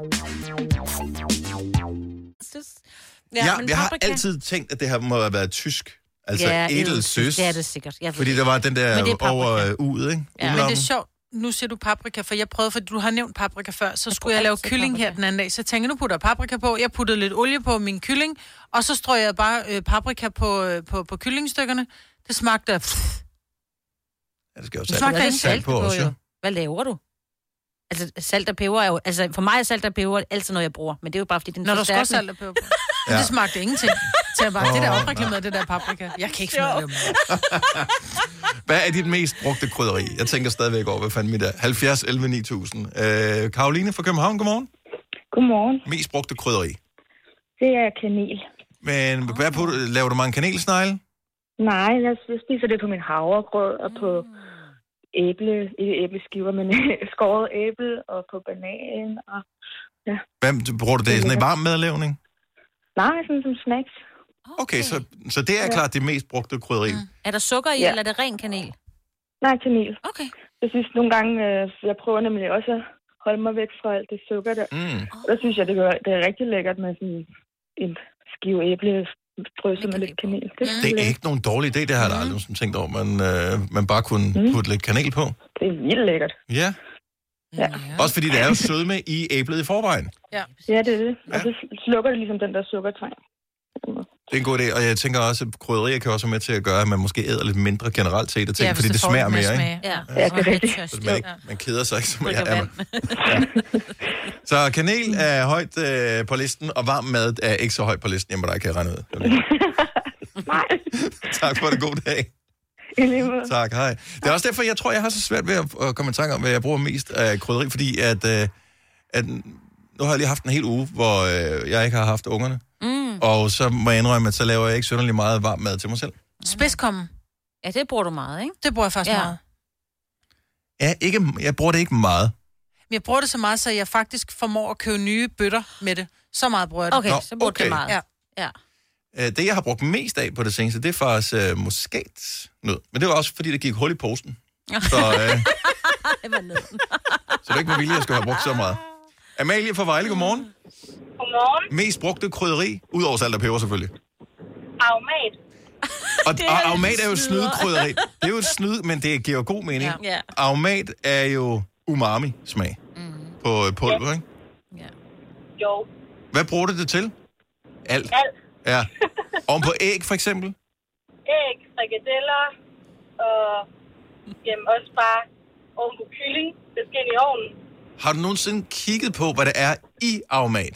Ja, ja jeg har altid tænkt, at det her må have været tysk. Altså ja, edelsys. Det er det sikkert. Fordi der var den der over uh, ud, ikke? Ja, men det er sjovt. Nu siger du paprika, for jeg prøvede, for du har nævnt paprika før, så jeg skulle jeg lave kylling paprika. Her den anden dag. Så tænkte jeg, nu putter jeg paprika på. Jeg puttede lidt olie på min kylling, og så strøg jeg bare øh, paprika på, øh, på, på kyllingstykkerne. Det smagte... Pff. Ja, det skal jo salt, salt, salt på også, jo. Hvad laver du? Altså, salt og peber er jo... Altså, for mig er salt og peber altid noget, jeg bruger. Men det er jo bare, fordi den Når du skal salt og peber på. Ja. Det smagte ingenting. Så jeg bare, oh, det der opreklameret, det der paprika. Jeg kan ikke smage det. Hvad er dit mest brugte krydderi? Jeg tænker stadigvæk over, hvad fanden mit er. halvfjerds elleve ni tusind. Øh, Karoline fra København, godmorgen. Godmorgen. Mest brugte krydderi? Det er kanel. Men hvad på, laver du mange kanelsnegle? Nej, jeg spiser det på min havregrød og på æble, ikke æbleskiver, men skåret æble og på banan. Og, ja. Hvad bruger du det i sådan en varm madlavning? Nej, sådan som snacks. Okay, okay så, så det er ja. klart det mest brugte krydderi. Mm. Er der sukker i, ja. eller er det ren kanel? Nej, kanel. Okay. Jeg synes nogle gange, jeg prøver nemlig også at holde mig væk fra alt det sukker der. Mm. Og der synes jeg, det er, det er rigtig lækkert med sådan en skive æble drysset med lidt kanel. Det, mm. det er ikke nogen dårlig idé, det har jeg aldrig mm. tænkt over, man, øh, man bare kunne mm. putte lidt kanel på. Det er vildt lækkert. Ja. Ja. Også fordi det er jo sødme i æblet i forvejen. Ja, ja det er det. Og så slukker det ligesom den der sukkertræng. Det er en god idé, og jeg tænker også, at krydderier kan også være med til at gøre, at man måske æder lidt mindre generelt set af ting, Ja, fordi hvis det får smager lidt mere, smag. ikke? Ja, Ja, det er rigtigt. Så man, ikke, man keder sig ikke, som jeg Drikker er. vand. Ja. Så kanel er højt øh, på listen, og varm mad er ikke så højt på listen. Jamen, der kan jeg regne ud. Nej. Tak for det, god dag. I lige måde. Tak, hej. Det er også derfor, jeg tror, jeg har så svært ved at, at komme i tanke om, hvad jeg bruger mest af krydderi, fordi at, øh, at nu har jeg lige haft en hel uge, hvor øh, jeg ikke har haft ungerne. Mm. Og så må jeg indrømme, at så laver jeg ikke synderligt meget varm mad til mig selv. Spidskommen. Ja, det bruger du meget, ikke? Det bruger jeg faktisk Ja. ja. meget. Ja, ikke, jeg bruger det ikke meget. Men jeg bruger det så meget, så jeg faktisk formår at købe nye bøtter med det. Så meget bruger jeg det. Okay, Nå, så bruger du okay. det meget. Ja. Ja. Øh, Det, jeg har brugt mest af på det seneste, det er faktisk øh, muskatnød. Men det var også, fordi det gik hul i posen. Så, øh, Det var nød. så det er ikke med vilje, jeg skulle have brugt så meget. Amalie fra Vejle, godmorgen. Godmorgen. Mest brugte krydderi, udover salt og peber selvfølgelig. Aromat. Og, og aromat er jo snydekrydderi. Det er jo et snyd, men det giver jo god mening. Ja. Ja. Aromat er jo umami-smag mm. på øh, pulver, ja. Ikke? Ja. Jo. Hvad bruger du det til? Alt. Alt. Ja. Oven på æg, for eksempel? Æg, frikadeller, og jamen, også bare oven på kylling. Det skal ind i ovnen. Har du nogensinde kigget på, hvad det er i aromat?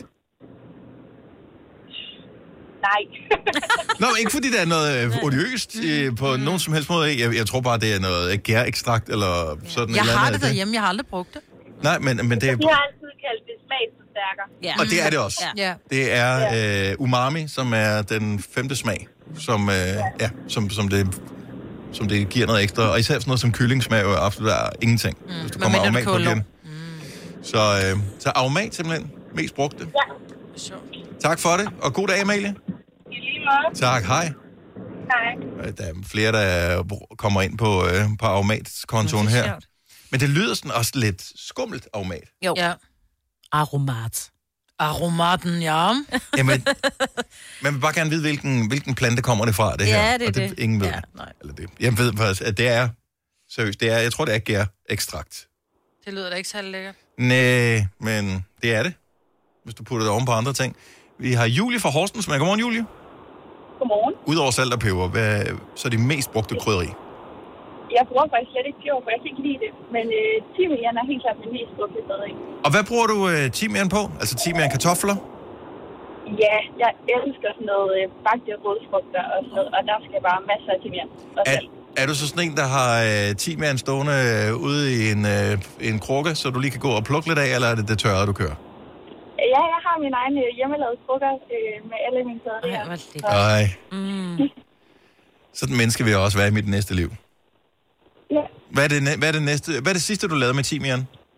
Nej. Nå, ikke fordi der er noget øh, odiøst øh, på nogen som helst måde. Jeg, jeg tror bare, det er noget gærekstrakt eller sådan Jeg eller har andet. det derhjemme, jeg har aldrig brugt det. Nej, men, men det er... Vi har altid kaldt det smagsforstærker. Ja. Og det er det også. Ja. Ja. Det er øh, umami, som er den femte smag, som, øh, ja, som, som, det, som det giver noget ekstra. Og især sådan noget som kylling smager jo absolut er ingenting. Mm. Hvis du kommer mindre aromat du på koger igen. Mm. Så, øh, så aromat simpelthen mest brugte. Ja. Tak for det, og god dag, Amalie. I lige måde. Tak, hej. Nej. Der er flere, der kommer ind på, øh, på aromat-kontoen her. sjovt. Men det lyder sådan også lidt skummelt, aromat. Jo. Ja. Aromat. Aromaten, ja. Jamen, man vil bare gerne vide, hvilken, hvilken plante kommer det fra, det her. Ja, det er og det. det. Ingen ved. Ja, nej. Eller det. Jeg ved faktisk, at det er, seriøst, det er, jeg tror, det er gærekstrakt. Det lyder da ikke særlig lækkert. Næh, men det er det, hvis du putter det oven på andre ting. Vi har Julie fra Horsens med. Godmorgen, Julie. Godmorgen. Udover salt og peber, hvad, så er de mest brugte krydderi? Jeg bruger faktisk slet ikke peber, for jeg kan ikke lide det. Men øh, timian er helt klart min mest brugte krydderi. Og hvad bruger du øh, timian på? Altså timian kartofler? Ja, jeg elsker sådan noget øh, bagte rødfrugter og sådan noget, og der skal bare masser af timian og Er, salt. er du så sådan en, der har øh, timian stående øh, ude i en, øh, en krukke, så du lige kan gå og plukke lidt af, eller er det det tørrede, du kører? Ja, jeg har min egen øh, hjemmelavede krukker øh, med alle mine krydderier. Ej, hvor lækkert. Ej, Mm. sådan en menneske vil jeg også være i mit næste liv. Ja. Hvad er det, næ- hvad er det, næste, hvad er det sidste, du lavede med timian?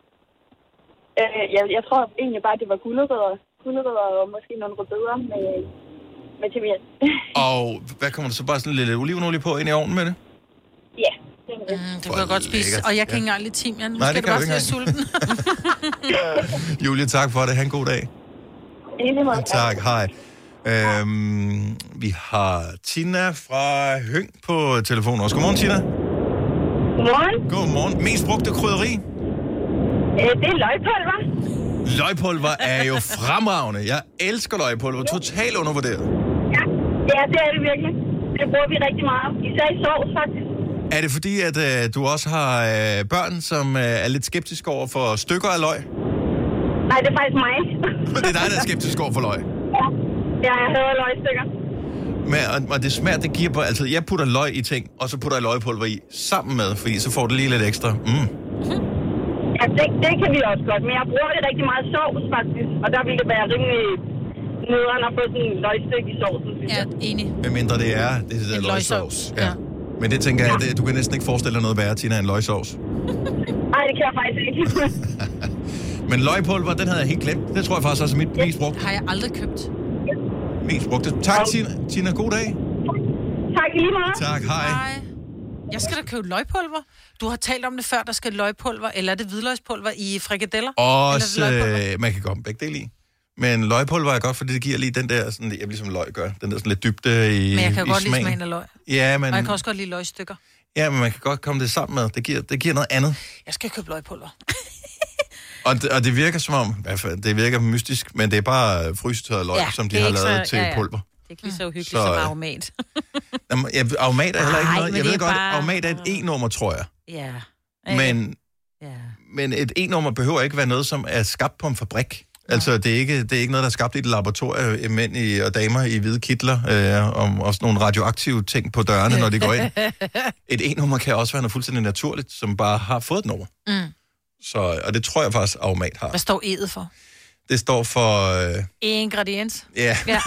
Øh, jeg, jeg tror egentlig bare, det var gulerødder. Gulerødder og måske nogle rødbeder med, med timian. Og hvad kommer der så bare sådan lidt olivenolie på ind i ovnen med det? Ja, det er det. Mm, det kunne jeg godt spise. lækkert. Og jeg kan Ja. ikke engang lide timian. Nu Nej, skal det du kan bare du blive ikke sulten. Julie, tak for det. Ha' en god dag. I lige måde. Tak, hej. Øhm, vi har Tina fra Høng på telefonen også. Godmorgen, Tina. Godmorgen. Godmorgen. Mest brugte krydderi? Øh, det er løgpulver. Løgpulver er jo fremragende. Jeg elsker løgpulver. Totalt undervurderet. Ja. ja, det er det virkelig. Det bruger vi rigtig meget. Især i sovs, faktisk. Er det fordi, at øh, du også har øh, børn, som øh, er lidt skeptiske over for stykker af løg? Nej, det er faktisk mig. Det er dig, der er skeptisk over for løg. Ja, ja jeg hader løgstykker. Men, og, og det smager, det giver på... Altså, jeg putter løg i ting, og så putter jeg løgpulver i sammen med, fordi så får det lige lidt ekstra. Mm. Ja, det, det kan vi også godt, men jeg bruger det rigtig meget sovs, faktisk. Og der ville det være rimelig nederen at få sådan en løgstykke i sovsen, synes Ja, jeg. enig. Med mindre det er det der En løgsovs. løgsovs, Ja. ja. Men det tænker jeg, det, du kan næsten ikke forestille dig noget værre, Tina, end løgsovs. Nej, det kan jeg faktisk ikke. Men løgpulver, den havde jeg helt glemt. Det tror jeg faktisk også er mit mest brugte. Har jeg aldrig købt. Mest brugte. Tak, Tina. Tina, god dag. Tak i lige meget. Tak, hej. Nej. Jeg skal da købe løgpulver. Du har talt om det før, der skal løgpulver, eller er det hvidløgspulver i frikadeller? Også, Eller er det løgpulver? øh, man kan komme begge dele i. Men løgpulver er godt, fordi det giver lige den der, sådan, jeg ligesom løg gør, den der sådan lidt dybde i Men jeg kan i godt lide smagen. smagen af løg. Ja, men, Og jeg kan også godt lide løgstykker. ja, men man kan godt komme det sammen med. Det giver, det giver noget andet. Jeg skal købe løgpulver. Og det, og det virker som om, i hvert fald, det virker mystisk, men det er bare frysetørret løg, Ja, som de det er har ikke lavet så- til ja, ja. pulver. er ikke lige så hyggeligt Så, så, som øh, aromat. Jamen, ja, aromat er heller ikke Ej, noget. men Jeg det ved er godt, bare- aromat er et E-nummer, tror jeg. Ja. Men, ja. men et E-nummer behøver ikke være noget, som er skabt på en fabrik. Altså, det er, ikke, det er ikke noget, der er skabt i et laboratorium, mænd i, og damer i hvide kitler, øh, og også nogle radioaktive ting på dørene, når de går ind. Et E-nummer kan også være noget fuldstændig naturligt, som bare har fået et nummer. Mm. Så, og det tror jeg faktisk, aromat har. Hvad står E'et for? Det står for... Øh, Ingrediens. ja. Ja.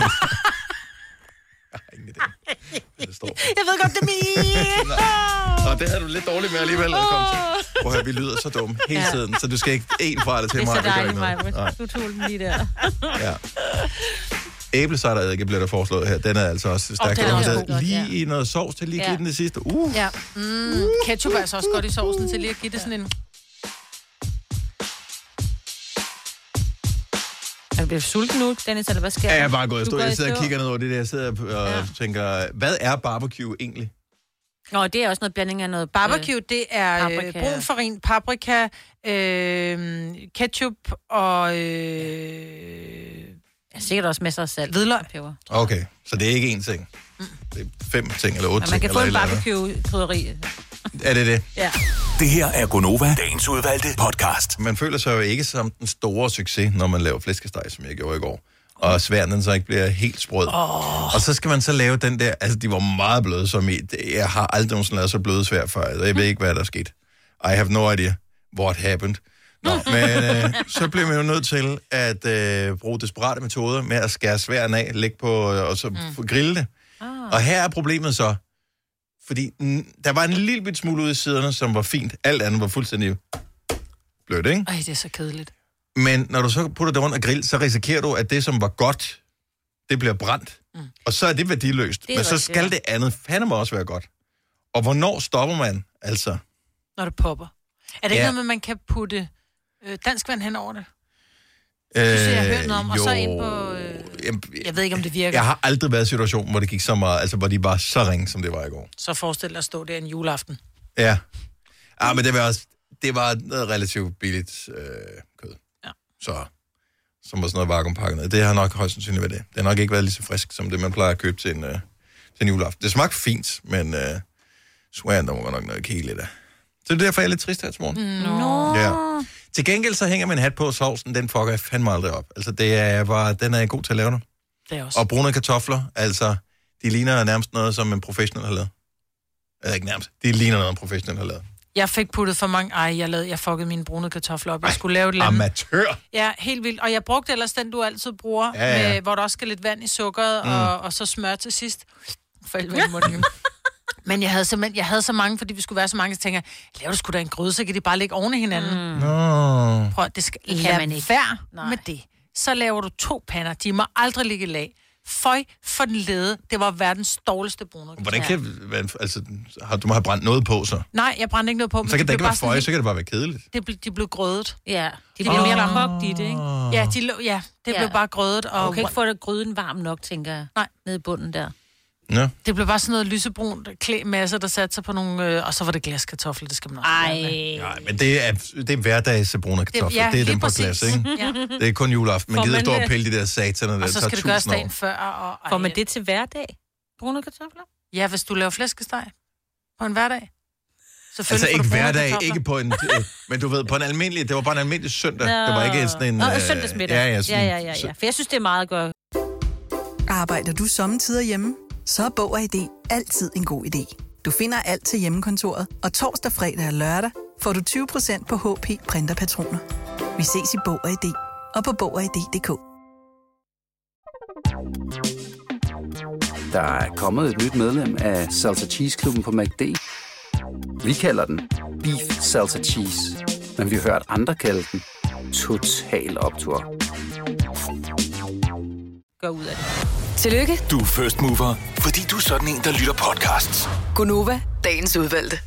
Det står. Jeg ved godt, det er min. Og det er du lidt dårlig med alligevel at komme til. Prøv at høre, vi lyder så dumme hele Ja. tiden, så du skal ikke en fra det til Det er mig. så gør dejligt, ikke noget. Maja. Du tog den lige der. Ja. Æblecideredike bliver der foreslået her. Den er altså også stærkt. den er også Den god. lige i noget sovs til lige at give Ja. den det sidste. Uh. Ja. Mm, ketchup er altså også godt i sovsen til lige at give det sådan en... Er du blevet sulten nu, Dennis, eller hvad sker Ja, der? jeg er bare gået i Du stå. går Jeg i sidder og stå. kigger ned over det der. Jeg sidder og Ja. tænker, hvad er barbecue egentlig? Nå, det er også noget blanding af noget... Barbecue, det er øh, paprika. brun farin, paprika, øh, ketchup og... Øh, Ja, sikkert også masser af salt. Hvidløg. Og peber. Okay, så det er ikke én ting. Det er fem ting eller otte Men man ting. kan få en eller et eller barbecue-krydderi. andet. Er det det? Ja. Det her er Gonova, dagens udvalgte podcast. Man føler sig jo ikke som den store succes, når man laver flæskesteg, som jeg gjorde i går. Og sværen den så ikke bliver helt sprød. Oh. Og så skal man så lave den der, altså de var meget bløde som i, det- jeg har aldrig nogensinde lavet så bløde svær før, og jeg ved ikke, hvad der er sket. I have no idea what happened. Nå, men øh, så bliver man jo nødt til at øh, bruge desperate metoder med at skære sværen af, lægge på, øh, og så mm. grille det. Ah. Og her er problemet så, fordi mm, der var en lille bit smule ude i siderne, som var fint. Alt andet var fuldstændig blødt, ikke? Ej, det er så kedeligt. Men når du så putter det rundt og grill, så risikerer du, at det, som var godt, det bliver brændt. Mm. Og så er det værdiløst. Det er Men så rigtigt, skal ja. det andet fandme også være godt. Og hvornår stopper man, altså? Når det popper. Er det Ja. ikke noget med, at man kan putte øh, dansk vand hen over det? Øh, Det synes jeg, jeg har hørt noget om. Og så jo. ind på... Øh, Jamen, jeg ved ikke, om det virker. Jeg har aldrig været i en situation, hvor det gik så meget, altså hvor de var så ringe, som det var i går. Så forestil dig at stå der en juleaften. Ja. Ah, men det var også, det var noget relativt billigt øh, kød. Ja. Så, som var sådan noget vakuumpakket ned. Det har nok højst sandsynligt været det. Det har nok ikke været lige så frisk, som det, man plejer at købe til en, øh, til en juleaften. Det smagte fint, men øh, sværen, der var nok noget kedeligt af. Så det er derfor, jeg er lidt trist her til morgen. Nå. Ja. Til gengæld så hænger min hat på sovsen, den fucker jeg fandme aldrig op. Altså, det er bare, den er jeg god til at lave nu. Det er også. Og brune kartofler, altså, de ligner nærmest noget, som en professionel har lavet. Eller ikke nærmest, de ligner noget, en professionel har lavet. Jeg fik puttet for mange... Ej, jeg, lavede, jeg fuckede mine brune kartofler op. Jeg skulle lave et eller andet. Amatør! Ja, helt vildt. Og jeg brugte ellers den, du altid bruger, Ja, ja. med, hvor der også skal lidt vand i sukkeret, mm. og, og så smør til sidst. For helvede, må det Men jeg havde simpelthen, jeg havde så mange, fordi vi skulle være så mange, så tænker jeg, laver du sgu da en gryde, så kan de bare ligge oven i hinanden. Mm. Nå. Prøv, det skal Det kan lade man ikke. være Nej. med det. Så laver du to pander. De må aldrig ligge i lag. Føj for den lede. Det var verdens dårligste brune. Hvordan kan man, altså, har, du må have brændt noget på, så. Nej, jeg brændte ikke noget på. Så kan det ikke være sådan føje, helt- så kan det bare være kedeligt. Det blev, de blev grødet. Ja, de blev bliver mere mere kogt i det, ikke? Ja, de, lå- ja det Ja. blev bare grødet. Og Du kan ikke få det gryden varm nok, tænker jeg. Nej. Nede i bunden der. Ja. Det blev bare sådan noget lysebrunt klæmasse, der satte sig på nogle... Øh, og så var det glaskartofler, det skal man også Ej. lade med. Nej, men det er, det er hverdags brune kartofler. Det, ja, ja, det er lige dem på præcis. glas, ikke? Ja. Det er kun juleaften. Man Får gider man stå og det? pille de der sataner, der Og så tager skal det gøres tusind år. dagen før. Og, ej, Får man det til hverdag? Brune kartofler? Ja, hvis du laver flæskesteg på en hverdag. Altså får ikke du brune hverdag, kartofler. ikke på en... øh, men du ved, på en almindelig... Det var bare en almindelig søndag. Nå. Det var ikke sådan en... Nå, øh, søndagsmiddag. Ja, ja, ja, sådan, ja, ja, ja. For jeg synes, det er meget godt. Arbejder du sommetider hjemme? Så er Bog og I D altid en god idé. Du finder alt til hjemmekontoret, og torsdag, fredag og lørdag får du tyve procent på H P printerpatroner. Vi ses i Bog og I D og på Bog og I D punktum d k. Der er kommet et nyt medlem af Salsa Cheese Klubben på McD. Vi kalder den Beef Salsa Cheese, men vi har hørt andre kalde den Total Optur. Gør ud af det. Tillykke, Du er first mover, fordi du er sådan en, der lytter podcasts. Gonova, dagens udvalgte.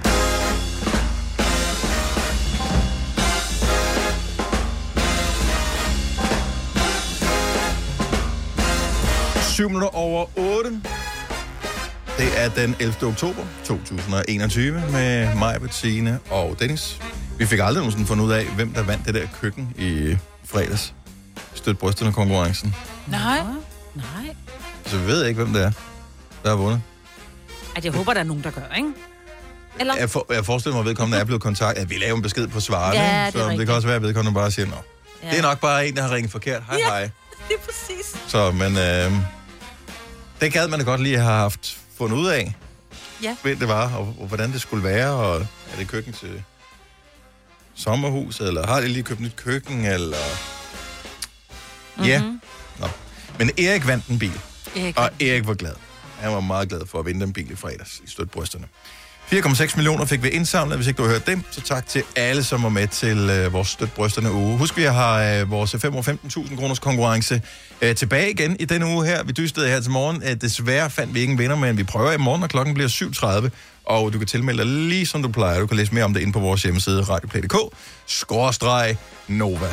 syv minutter over otte. Det er den ellevte oktober to tusind og enogtyve med mig, Bettine og Dennis. Vi fik aldrig nogensinde fundet ud af, hvem der vandt det der køkken i fredags. Støt brysterne konkurrencen. Nej. Nej. Så vi ved ikke, hvem det er, der har vundet. Ej, jeg håber, der er nogen, der gør, ikke? Eller? Jeg, for, jeg forestiller mig, at vedkommende er blevet kontaktet. Ja, vi laver en besked på svarene, ja, det så det kan også være, at vedkommende bare siger, nå. Ja. Det er nok bare en, der har ringet forkert. Hej, ja, hej. det er præcis. Så, men øh, det gad man da godt lige have haft fundet ud af, ja. hvem det var, og, og hvordan det skulle være, og er det køkken til sommerhus, eller har de lige købt nyt køkken, eller... Mm-hmm. Ja. Nå. Men Erik vandt en bil, Erik. og Erik var glad. Han var meget glad for at vinde den bil i fredags i Støtbrysterne. fire komma seks millioner fik vi indsamlet. Hvis ikke du har hørt dem, så tak til alle, som var med til øh, vores Støtbrysterne uge. Husk, vi har øh, vores fem og femten tusind kroners konkurrence øh, tilbage igen i denne uge her. Vi dystede her til morgen. Øh, desværre fandt vi ikke en vinder, men vi prøver i morgen, og klokken bliver syv tredive. Og du kan tilmelde dig lige som du plejer. Du kan læse mere om det inde på vores hjemmeside, radioplay punktum d k, skråstreg Nova.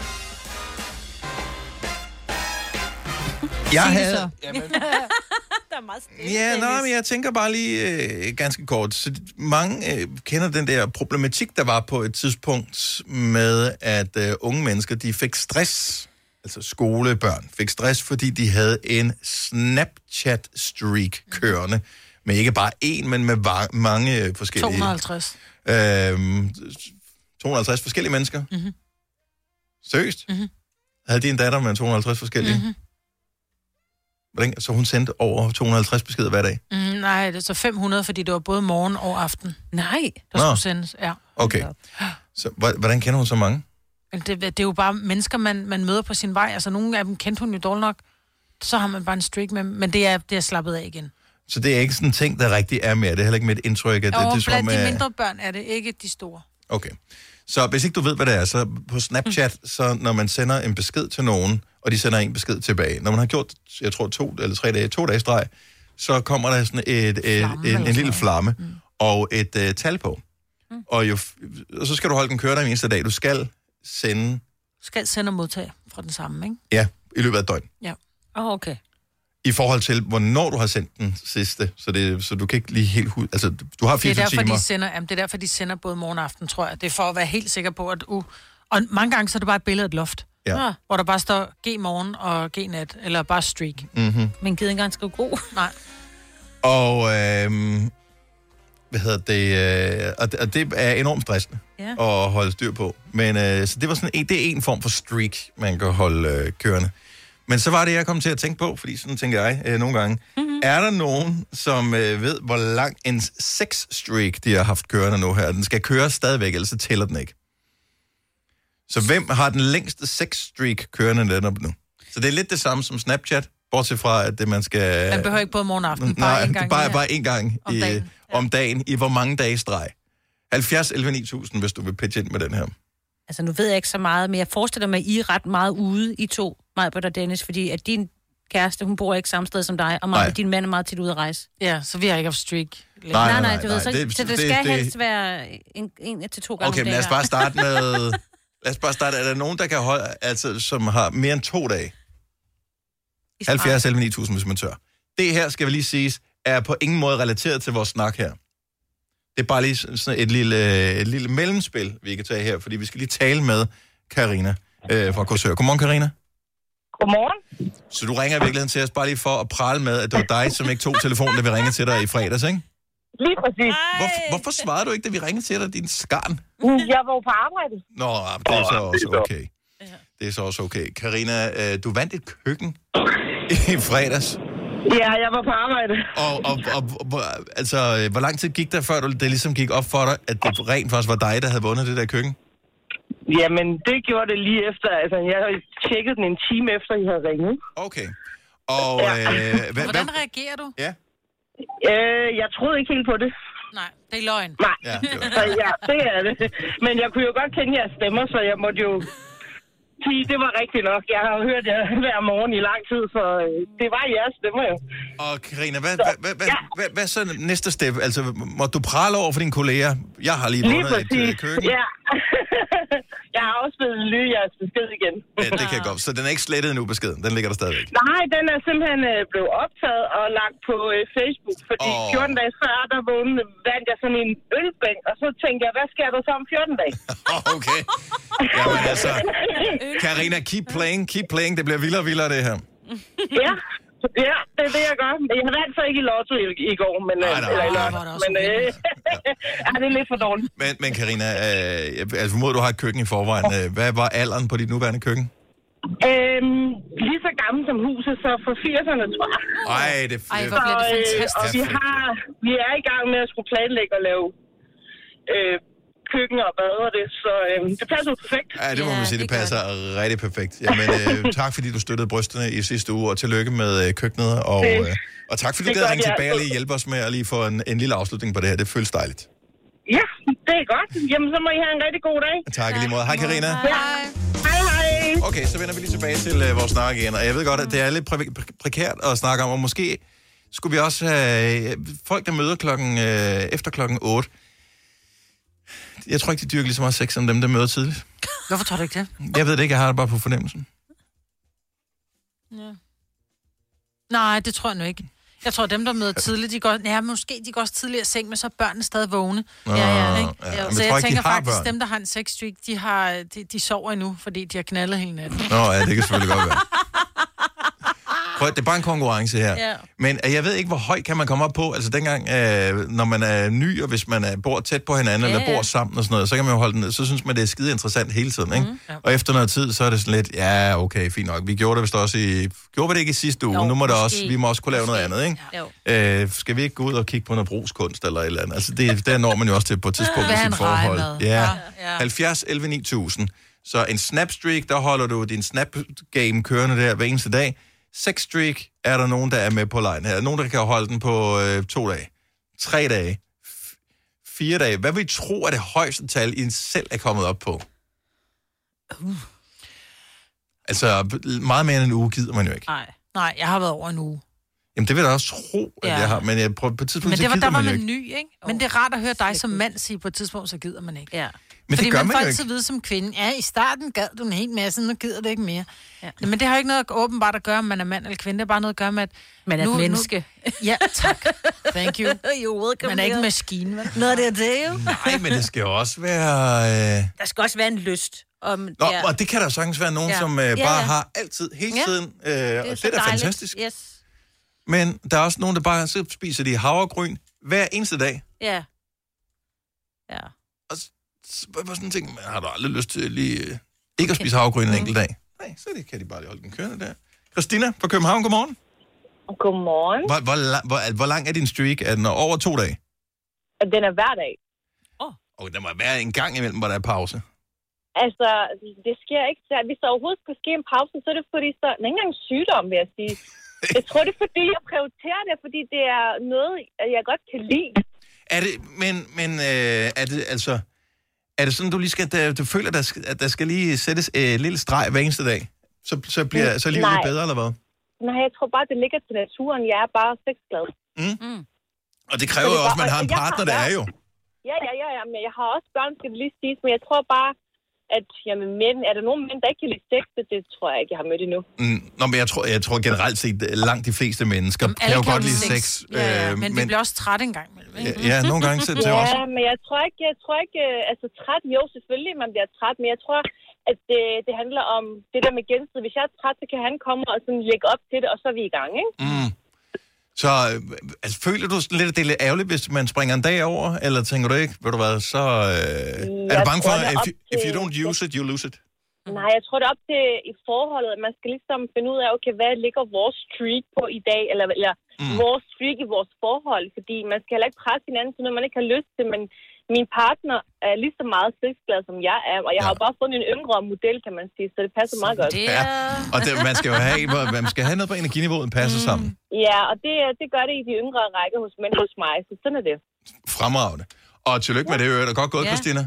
Jeg havde... Jamen, der er meget stille. Ja, nå, men jeg tænker bare lige øh, ganske kort. Så mange øh, kender den der problematik, der var på et tidspunkt med, at øh, unge mennesker, de fik stress, altså skolebørn, fik stress, fordi de havde en Snapchat-streak kørende. Med ikke bare én, men med va- mange forskellige... to hundrede og halvtreds. Øh, to hundrede og halvtreds forskellige mennesker. Mm-hmm. Seriøst? Mm-hmm. Havde de en datter med to hundrede og halvtreds forskellige? Mm-hmm. Hvordan? Så hun sendte over to hundrede og halvtreds beskeder hver dag? Mm, nej, det er så fem hundrede, fordi det var både morgen og aften. Nej. Der skulle sendes, ja. Okay. Så hvordan kender hun så mange? Det, det er jo bare mennesker, man, man møder på sin vej. Altså, nogle af dem kendte hun jo dårligt nok. Så har man bare en streak med, men det er, det er slappet af igen. Så det er ikke sådan en ting, der rigtig er mere? Det er heller ikke med et indtryk? At jo, det, det er som, blandt de uh... mindre børn er det, ikke de store. Okay. Så hvis ikke du ved, hvad det er, så på Snapchat, mm. så når man sender en besked til nogen, og de sender en besked tilbage, når man har gjort, jeg tror, to eller tre dage, to dage streg, så kommer der sådan et, et, flamme, en, en lille flamme mm. og et uh, tal på. Mm. Og, jo, og så skal du holde den kørende hver eneste dag. Du skal sende... Du skal sende og modtage fra den samme, ikke? Ja, i løbet af et døgn. Ja. Åh, oh, okay. I forhold til, hvornår du har sendt den sidste, så, det, så du kan ikke lige helt... Altså, du har fireogtyve det er derfor, timer. De sender, jamen, det er derfor, de sender både morgen og aften, tror jeg. Det er for at være helt sikker på, at... Uh, og mange gange, så er det bare et billede af et loft. Ja. Hvor der bare står G morgen og G nat, eller bare streak. Mm-hmm. Men givet engang skal god. Nej. Og... Øhm, hvad hedder det? Øh, og, det og det er enormt stressende ja. at holde styr på. Men øh, så det var sådan en, det er en form for streak, man kan holde øh, kørende. Men så var det, jeg kom til at tænke på, fordi sådan tænker jeg øh, nogle gange. Mm-hmm. Er der nogen, som øh, ved, hvor lang en sex-streak, de har haft kørende nu her? Den skal køre stadigvæk, ellers så tæller den ikke. Så hvem har den længste sex-streak kørende netop nu? Så det er lidt det samme som Snapchat, bortset fra, at det man skal... Man behøver ikke både morgen og aften, bare Nej, en gang. bare, bare en gang om i, dagen. Ja. om dagen. I hvor mange dage streg? halvfjerds elleve ni tusind, hvis du vil pitche ind med den her. Altså, nu ved jeg ikke så meget, men jeg forestiller mig, at I er ret meget ude, I to, Majbert og Dennis, fordi at din kæreste, hun bor ikke samme sted som dig, og Majbert, din mand er meget tit ude at rejse. Ja, så vi har ikke haft streak. Nej, nej, nej, nej, du ved, så, det, så det, det skal det, helst være en, en til to gange okay, om men lad os bare starte med... lad os bare starte. Er der nogen, der kan holde, altså, som har mere end to dage? halvfjerds elleve ni tusind, hvis man tør. Det her, skal vi lige sige, er på ingen måde relateret til vores snak her. Det er bare lige sådan et lille, et lille mellemspil, vi kan tage her, fordi vi skal lige tale med Karina øh, fra Korsør. Godmorgen, Karina. Godmorgen. Så du ringer i virkeligheden til os bare lige for at prale med, at det var dig, som ikke tog telefonen, da vi ringede til dig i fredags, ikke? Lige præcis. Hvor, hvorfor svarede du ikke, da vi ringede til dig, din skarn? Jeg var på arbejde. Nå, det er så også okay. Det er så også okay. Karina, øh, du vandt et køkken i fredags. Ja, jeg var på arbejde. Og, og, og, og altså, hvor lang tid gik der, før du, det ligesom gik op for dig, at det rent faktisk var dig, der havde vundet det der køkken? Jamen, det gjorde det lige efter. Altså, jeg tjekkede den en time efter, I havde ringet. Okay. Og ja. øh, hvad, hvordan hvad? reagerer du? Ja. Øh, jeg troede ikke helt på det. Nej, det er løgn. Nej, ja, det, så, ja, det er det. Men jeg kunne jo godt kende jeres stemmer, så jeg måtte jo sige, det var rigtigt nok. Jeg har hørt jer hver morgen i lang tid, så det var jeres stemmer jo. Og Karina, hvad, hvad, hvad, hvad, ja. hvad, hvad så næste step? Altså, må du prale over for dine kolleger? Jeg har lige vundet lige et uh, køkken. Ja. Jeg har også blevet lyde jeres besked igen. Ja, det kan jeg godt. Så den er ikke slettet endnu, beskeden? Den ligger der stadigvæk? Nej, den er simpelthen øh, blevet optaget og lagt på øh, Facebook, fordi oh. fjorten dage før, der vågnede, vandt jeg sådan en ølbænk, og så tænkte jeg, hvad sker der så om fjorten dage? Okay. Jamen altså, Karina, keep playing, keep playing. Det bliver vildere og vildere, det her. Ja, Ja, det er det, jeg gør. Jeg vandt så ikke i lotto i, i går, men... Nej, nej, eller i lørdag. Men øh, ja, det er lidt for dårligt. Men, men Carina, øh, altså formoder, du har et køkken i forvejen. Hvad var alderen på dit nuværende køkken? Øhm, lige så gammel som huset, så for firserne, tror jeg. Ej, det er Ej, hvor bliver det fantastisk. Og vi, har, vi er i gang med at skulle planlægge og lave øh, køkken og bad og det, så øh, det passer jo perfekt. Ja, det må man sige, det passer rigtig perfekt. Jamen, øh, tak fordi du støttede brysterne i sidste uge, og tillykke med øh, køkkenet, og, øh, og tak fordi du gad ringe tilbage og lige hjælpe os med at lige få en, en lille afslutning på det her. Det føles dejligt. Ja, det er godt. Jamen, så må I have en rigtig god dag. Tak i lige måde. Hej, Carina. Hej. Hej, hej. Okay, så vender vi lige tilbage til øh, vores snak igen, og jeg ved godt, at det er lidt præ- præ- prekært at snakke om, og måske skulle vi også have øh, folk, der møder klokken, øh, efter klokken otte. Jeg tror ikke, de dyrker lige så meget sex, som dem, der møder tidligt. Hvorfor tror du ikke det? Jeg ved det ikke, jeg har det bare på fornemmelsen. Ja. Nej, det tror jeg nu ikke. Jeg tror, dem, der møder tidligt, de går... Ja, måske de går også tidligere i seng, men så er børnene stadig vågne. Nå, ja, ja, ikke? ja. Ja. Men Så jeg jeg, tror ikke, tænker de har faktisk, børn. dem, der har en sexstreak, de, har, de, de sover endnu, fordi de har knaldet hele natten. Nå, ja, det kan selvfølgelig godt være. Prøv, det er bare en konkurrence her. Ja. Men jeg ved ikke, hvor højt kan man komme op på. Altså dengang, øh, når man er ny, og hvis man er, bor tæt på hinanden, ja, eller bor sammen og sådan noget, så kan man jo holde den ned. Så synes man, det er skide interessant hele tiden, ikke? Mm, ja. Og efter noget tid, så er det sådan lidt, ja, okay, fint nok. Vi gjorde det vist også i... Gjorde vi det ikke i sidste uge? Jo, nu må det også, vi må også kunne lave noget andet, ikke? Øh, skal vi ikke gå ud og kigge på noget brugskunst eller et eller andet? Altså, det, der når man jo også til på et tidspunkt i sit forhold. Ja. Ja. halvfjerds elleve ni tusind. Så en snapstreak, der holder du din snap-game kørende der hver eneste dag. Sexstreak er der nogen, der er med på lejen her. Nogen, der kan holde den på øh, to dage. Tre dage. F- fire dage. Hvad vil I tro er det højeste tal, I selv er kommet op på? Uh. Altså, meget mere end en uge gider man jo ikke. Nej, Nej, jeg har været over en uge. Jamen, det vil jeg også tro, at ja. jeg har. Men jeg prøver på et tidspunkt, men det var, så gider der var man jo man ikke. ny, ikke? Men det er rart at høre dig som mand sige på et tidspunkt, så gider man ikke. Ja. Men fordi det gør man man får jo altid ikke. vide som kvinde, ja, i starten gad du en hel masse, nu gider det ikke mere. Ja. Men det har jo ikke noget åbenbart at gøre, om man er mand eller kvinde. Det er bare noget at gøre med, at... Man er nu, et menneske. Nu... Ja, tak. Thank you. You're welcome. Man er ikke en maskine, vel? Nå, det er det jo. Nej, men det skal jo også være... Øh... Der skal også være en lyst. Om, Nå, ja. og det kan der sagtens være nogen, ja. som øh, bare ja, ja. har altid, hele ja. tiden. Øh, det er og det er da fantastisk. Yes. Men der er også nogen, der bare så spiser de havregryn hver eneste dag. Ja. Ja. Og så var sådan en ting, har du aldrig lyst til lige øh, ikke at spise havregryn en enkelt dag? Nej, så det kan de bare lige holde den kørende der. Christina fra København, godmorgen. Godmorgen. Hvor, hvor, hvor, hvor lang er din streak? Er den over to dage? Den er hver dag. Åh. Oh. Og der må være en gang imellem, hvor der er pause. Altså, det sker ikke. Hvis der overhovedet skal ske en pause, så er det fordi, så er det ikke engang sygdom, vil jeg sige. Jeg tror, det er fordi, jeg prioriterer det, fordi det er noget, jeg godt kan lide. Er det, men, men øh, er det altså, er det sådan, du lige skal, der, du føler, der skal, at der skal lige sættes et øh, lille streg hver eneste dag? Så, så bliver så livet lidt bedre, eller hvad? Nej, jeg tror bare, det ligger til naturen. Jeg er bare sexglad. Mm. Mm. Og det kræver jo også, at man har en partner, der er jo. Ja, ja, ja, ja, men jeg har også børn, skal det lige sige, men jeg tror bare, at jamen, mænd, er der nogen mænd, der ikke kan lide sex? Det, det tror jeg ikke, jeg har mødt endnu. Mm, nå, men jeg tror, jeg tror generelt set, langt de fleste mennesker Jamen, kan jo kan godt lide sex. sex. Ja, ja, øh, men, men vi bliver også trætte en gang imellem, ja, ja, nogle gange så det ja, også. men jeg tror ikke, jeg tror ikke, altså træt, jo selvfølgelig, man bliver træt, men jeg tror, at det, det handler om det der med gensidigt. Hvis jeg er træt, så kan han komme og sådan lægge op til det, og så er vi i gang, ikke? Mm. Så altså, føler du sådan lidt, at det er lidt ærgerligt, hvis man springer en dag over, eller tænker du ikke, ved du hvad, så øh, er du bange for, at if, you- if you don't use it, you lose it? Nej, jeg tror det er op til i forholdet, at man skal ligesom finde ud af, okay, hvad ligger vores streak på i dag, eller, eller mm. vores streak i vores forhold, fordi man skal heller ikke presse hinanden til noget, man ikke har lyst til, men min partner er lige så meget sexglad, som jeg er, og jeg ja. har bare fundet en yngre model, kan man sige, så det passer meget godt. Ja, og det, man skal jo have, man skal have noget på energiniveauet, passer mm. sammen. Ja, og det, det gør det i de yngre rækker hos mænd hos mig, så sådan er det. Fremragende. Og tillykke med det, det er godt gået, ja. Christina.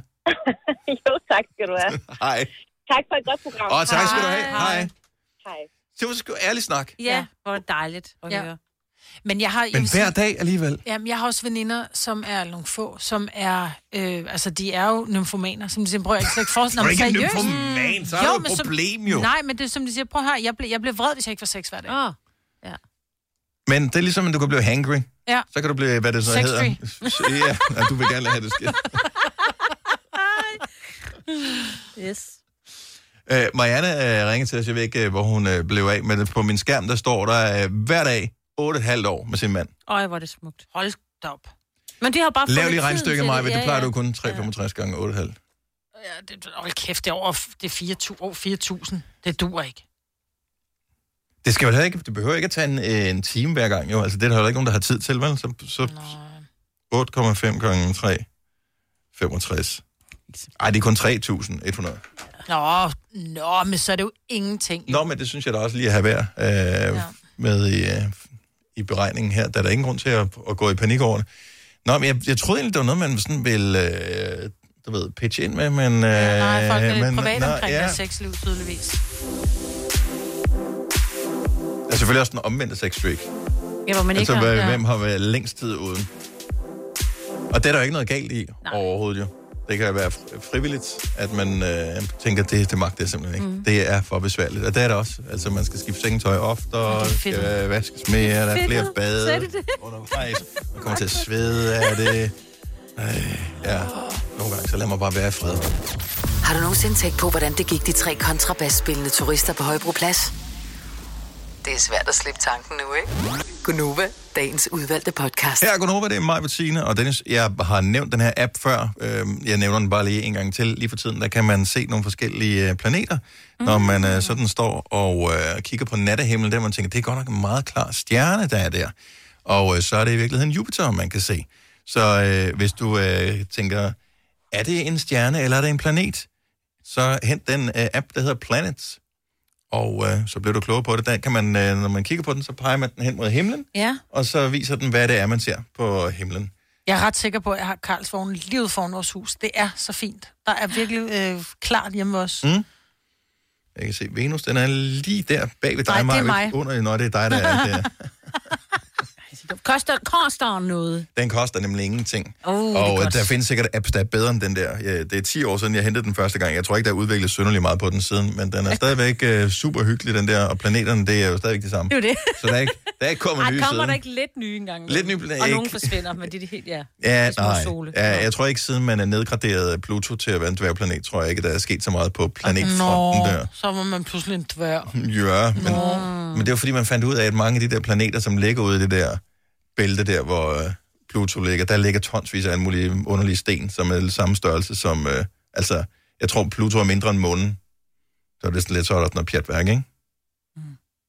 Jo, tak skal du have. Hej. Tak for et godt program. Og tak skal du have. Hej. Hej. Det var sgu ærlig snak. Ja, hvor er det dejligt at Ja. høre. Men jeg har... Men hver dag alligevel. Jamen, jeg har også veninder, som er nogle få, som er... Øh, altså, de er jo nymfomaner, som de siger, prøv at ikke forestille mig. Du er ikke en nymfoman, så er jo, det et problem jo. Nej, men det er som de siger, prøv her, jeg bliver, jeg bliver vred, hvis jeg ikke får sex hver dag. Åh, oh. ja. Men det er ligesom, at du kan blive hangry. Ja. Så kan du blive, hvad det så Sextry. hedder. Ja, ja, du vil gerne have det skidt. Yes. Uh, Marianne uh, ringer til os, jeg ved ikke, uh, hvor hun uh, blev af, men på min skærm, der står der uh, hver dag otte komma fem år med sin mand. Øj, hvor er det smukt. Hold da op. Men de har bare Lav lige regnstykket, Maja, det, ja, det plejer ja. du kun tre komma femogtres gange otte komma fem. Ja, det, hold kæft, det er over det er fire tusind. Det duer ikke. Det skal vel ikke, det behøver ikke at tage en, en time hver gang, jo. Altså, det er der heller ikke nogen, der har tid til, vel? Så, så otte komma fem gange tre komma femogtres. Ej, det er kun tre tusind et hundrede. Nå, nå, men så er det jo ingenting. Nå, men det synes jeg da også lige at have værd øh, ja. med i, øh, i beregningen her. Der er der ingen grund til at, at gå i panik over det. Nå, men jeg, jeg troede egentlig, det var noget, man sådan ville, øh, du ved, pitche ind med, men... Øh, ja, nej, folk er men, privat nej, omkring ja. deres sexliv, tydeligvis. Der er selvfølgelig også den omvendte sexstreak. Ja, hvor man ikke altså, har... Altså, Ja. hvem har været længst tid uden? Og det er der jo ikke noget galt i nej. overhovedet, jo. Det kan være frivilligt, at man øh, tænker, det, det magter jeg simpelthen ikke. Mm. Det er for besværligt. Og det er det også. Altså, man skal skifte sengetøj ofte, og skal øh, vaskes mere, der er flere bade undervejs. Man kommer til at svede af det. Øh, ja, nogle gange, så lad mig bare være i fred. Har du nogensinde tænkt på, hvordan det gik de tre kontrabasspillende turister på Højbroplads? Det er svært at slippe tanken nu, ikke? Gunova, dagens udvalgte podcast. Her er Gunova, det er mig, Bettine, og Dennis, jeg har nævnt den her app før. Jeg nævner den bare lige en gang til. Lige for tiden, der kan man se nogle forskellige planeter, mm. når man sådan står og uh, kigger på nattehimlen, der man tænker, det er godt nok en meget klar stjerne, der er der. Og uh, så er det i virkeligheden Jupiter, man kan se. Så uh, hvis du uh, tænker, er det en stjerne, eller er det en planet? Så hent den uh, app, der hedder Planets. Og øh, så bliver du klogere på det. Der kan man, øh, når man kigger på den, så peger man den hen mod himlen. Ja. Og så viser den, hvad det er, man ser på himlen. Jeg er ret sikker på, at jeg har Karlsvognen lige ude foran vores hus. Det er så fint. Der er virkelig øh, klart hjemme hos. Mm. Jeg kan se, Venus, den er lige der bag ved dig, Nej, det er Maja. mig. Under, når det er dig, der er der. Koster, koster noget? Den koster nemlig ingenting. Oh, og der findes sikkert apps, der er bedre end den der. Ja, det er ti år siden, jeg hentede den første gang. Jeg tror ikke, der er udviklet synderligt meget på den siden, men den er stadigvæk uh, super hyggelig, den der. Og planeterne, det er jo stadigvæk det samme. Det er det. Så der er ikke, der er ikke kommet Ej, nye kommer siden. der ikke lidt nye engang? Lidt nye, og ikke. nogen forsvinder, men det er helt, ja. Ja, nej. Sole. Ja, jeg tror ikke, siden man er nedgraderet Pluto til at være en dværgplanet, tror jeg ikke, der er sket så meget på planetfronten Nå, der. så var man pludselig en dværg. Ja, men, men det var fordi, man fandt ud af, at mange af de der planeter, som ligger ude i det der bælte der, hvor uh, Pluto ligger, der ligger tonsvis af alle mulige underlige sten, som er samme størrelse som, uh, altså, jeg tror, Pluto er mindre end månen. Så er det sådan lidt så er der noget pjatværk, ikke? Mm.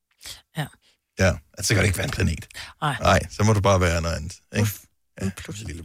Ja. Ja, altså, så kan det ikke være en planet. Nej. Nej, så må du bare være noget andet, ikke? Ja, lille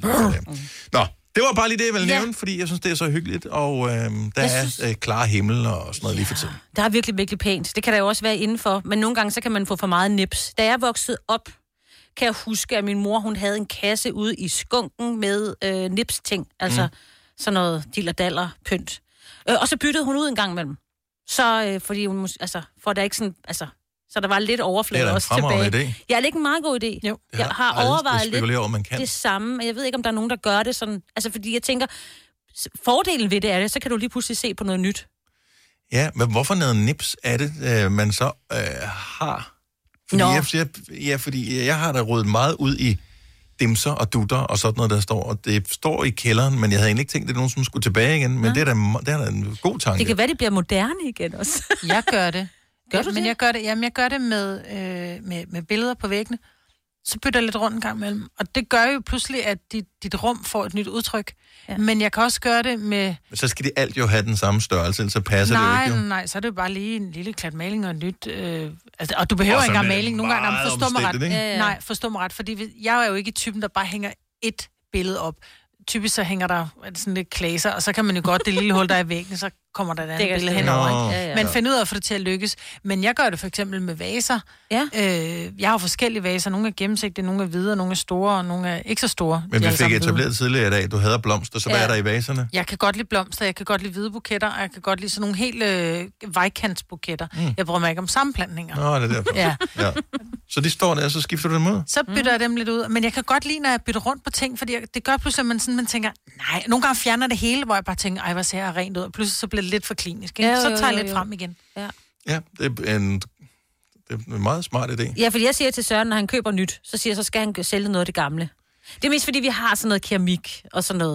Nå, det var bare lige det, jeg ville nævne, ja. fordi jeg synes, det er så hyggeligt, og øh, der jeg er synes... øh, klar himmel og sådan noget ja. lige for tiden. Der er virkelig, virkelig pænt. Det kan der jo også være indenfor, men nogle gange, så kan man få for meget nips. Da jeg voksede op, kan jeg huske, at min mor, hun havde en kasse ude i skunken med øh, nips-ting. Altså mm. sådan noget dillerdaller, pynt. Øh, og så byttede hun ud en gang imellem. Så, øh, fordi hun, altså, for der ikke sådan, altså, så der var lidt overflade også tilbage. Det er idé. Ja, det er ikke en meget god idé. Jo. Jeg har, har overvejet lidt over, man kan. det samme, og jeg ved ikke, om der er nogen, der gør det sådan. Altså, fordi jeg tænker, fordelen ved det er det, så kan du lige pludselig se på noget nyt. Ja, men hvorfor noget nips er det, øh, man så øh, har? Fordi jeg, jeg, ja, fordi jeg har da rodet meget ud i dimser og dutter og sådan noget, der står. Og det står i kælderen, men jeg havde egentlig ikke tænkt, at det er nogen, som skulle tilbage igen. Men ja. det, er da, det er da en god tanke. Det kan være, det bliver moderne igen også. Jeg gør det. Gør du men det? Jeg gør det, jamen, jeg gør det med, øh, med, med billeder på væggene. Så bytter jeg lidt rundt en gang imellem. Og det gør jo pludselig, at dit, dit rum får et nyt udtryk. Ja. Men jeg kan også gøre det med... Men så skal de alt jo have den samme størrelse, så passer nej, det jo ikke. Nej, nej, så er det jo bare lige en lille klat maling og et nyt... Øh, altså, og du behøver ikke engang maling nogle gange. Jamen, forstå mig ret. Ja, ja. Nej, forstå mig ret, fordi jeg er jo ikke typen, der bare hænger et billede op. Typisk så hænger der sådan lidt klaser, og så kan man jo godt, det lille hul, der er i væggen, så kommer der et andet billede henover, ikke? Ja, ja. Men find ud af at få det til at lykkes. Men jeg gør det for eksempel med vaser. Ja. Øh, jeg har forskellige vaser. Nogle er gennemsigtige, nogle er hvide, nogle er store, og nogle er ikke så store. Men vi fik etableret tidligere i dag, du hader blomster, så ja. hvad er der i vaserne? Jeg kan godt lide blomster, jeg kan godt lide hvide buketter, og jeg kan godt lide sådan nogle helt øh, vejkantsbuketter. Mm. Jeg bryder mig ikke om sammenplantninger. Nå, det er derfor. ja. ja. Så de står der, og så skifter du dem ud? Så bytter mm. jeg dem lidt ud. Men jeg kan godt lide, når jeg bytter rundt på ting, fordi det gør pludselig, at man, sådan, man tænker, nej, nogle gange fjerner det hele, hvor jeg bare tænker, ej, hvad ser jeg rent ud, og pludselig så bliver det lidt for klinisk. Ja, så tager jeg lidt frem igen. Ja, ja det, er en, det er en meget smart idé. Ja, fordi jeg siger til Søren, når han køber nyt, så siger jeg, så skal han sælge noget af det gamle. Det er mest fordi, vi har sådan noget keramik og sådan noget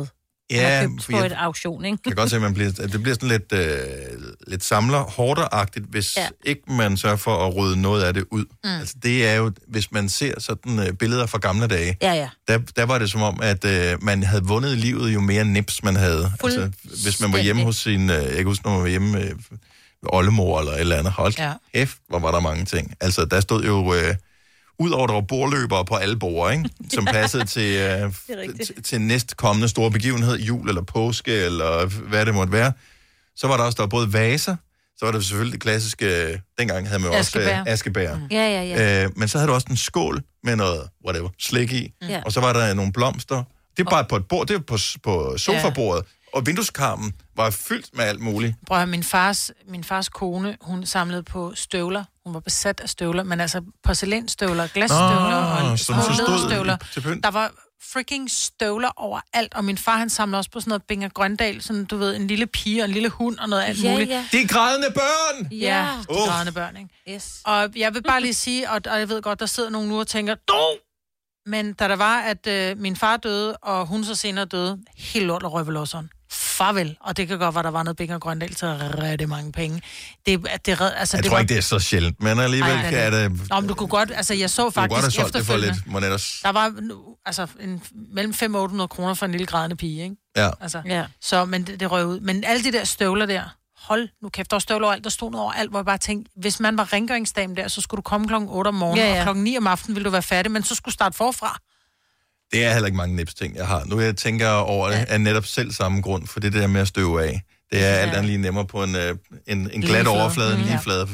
Ja, købt på jeg- et auktion, ikke? Jeg kan godt se, at man bliver, at det bliver sådan lidt, øh, lidt samler hårderagtigt, hvis ja. Ja. ikke man sørger for at rydde noget af det ud. Mm. Altså, det er jo, hvis man ser sådan øh, billeder fra gamle dage, Ja, ja. der, der var det som om, at øh, man havde vundet i livet, jo mere nips man havde. Altså, hvis man var hjemme hos sin, øh, jeg kan huske, når man var hjemme øh, ved oldemor eller et eller andet, hold Ja. kæft, hvor var der mange ting. Altså, der stod jo... Øh, Udover der var bordløbere på alle borde, ikke? Som passede til, øh, til, til næste kommende store begivenhed, jul eller påske, eller hvad det måtte være. Så var der også der var både vaser, så var der selvfølgelig det klassiske, øh, dengang havde man jo også Askebær. øh, askebær. Mm. Ja, ja, ja. Øh, men så havde du også en skål med noget, whatever, slik i, Ja. og så var der nogle blomster. Det er bare på et bord, det er på, på sofabordet, og vindueskarmen var fyldt med alt muligt. Prøv at høre, min fars, min fars kone, hun samlede på støvler. Hun var besat af støvler, men altså porcelænsstøvler, glasstøvler Nå, og som små så stod læderstøvler. til pynt. Der var freaking støvler overalt, og min far, han samlede også på sådan noget Binger Grøndal, sådan, du ved, en lille pige og en lille hund og noget alt Ja, muligt. ja. De grædende børn! Ja, de Uff. grædende børn, ikke? Yes. Og jeg vil bare lige sige, og, og jeg ved godt, der sidder nogen nu og tænker, du! Men da der var, at øh, min far døde, og hun så senere døde, helt lort og røvelosseren. Farvel. Og det kan godt være, der var noget Binger Grøndal til rigtig mange penge. Det, det, red, altså, Jeg det tror var... ikke, det er så sjældent, men alligevel Ej, er det... Nå, men du kunne godt, altså jeg så Du kunne godt have faktisk solgt det for efterfølgende, lidt, må ellers... der var nu, altså en, mellem fem og otte hundrede kroner for en lille grædende pige, ikke? Ja. Altså, Ja. så, men det, det røg ud. Men alle de der støvler der, hold nu kæft, der var støvler overalt, der stod noget overalt, hvor jeg bare tænkte, hvis man var rengøringsdame der, så skulle du komme klokken otte om morgenen, Ja, ja. og klokken ni om aftenen ville du være færdig, men så skulle du starte forfra. Det er heller ikke mange nips-ting, jeg har. Nu jeg tænker over det, er netop selv samme grund, for det der med at støve af. Det er ja. alt andet lige nemmere på en, øh, en, en glat flade. overflade, en Mm. lige flade.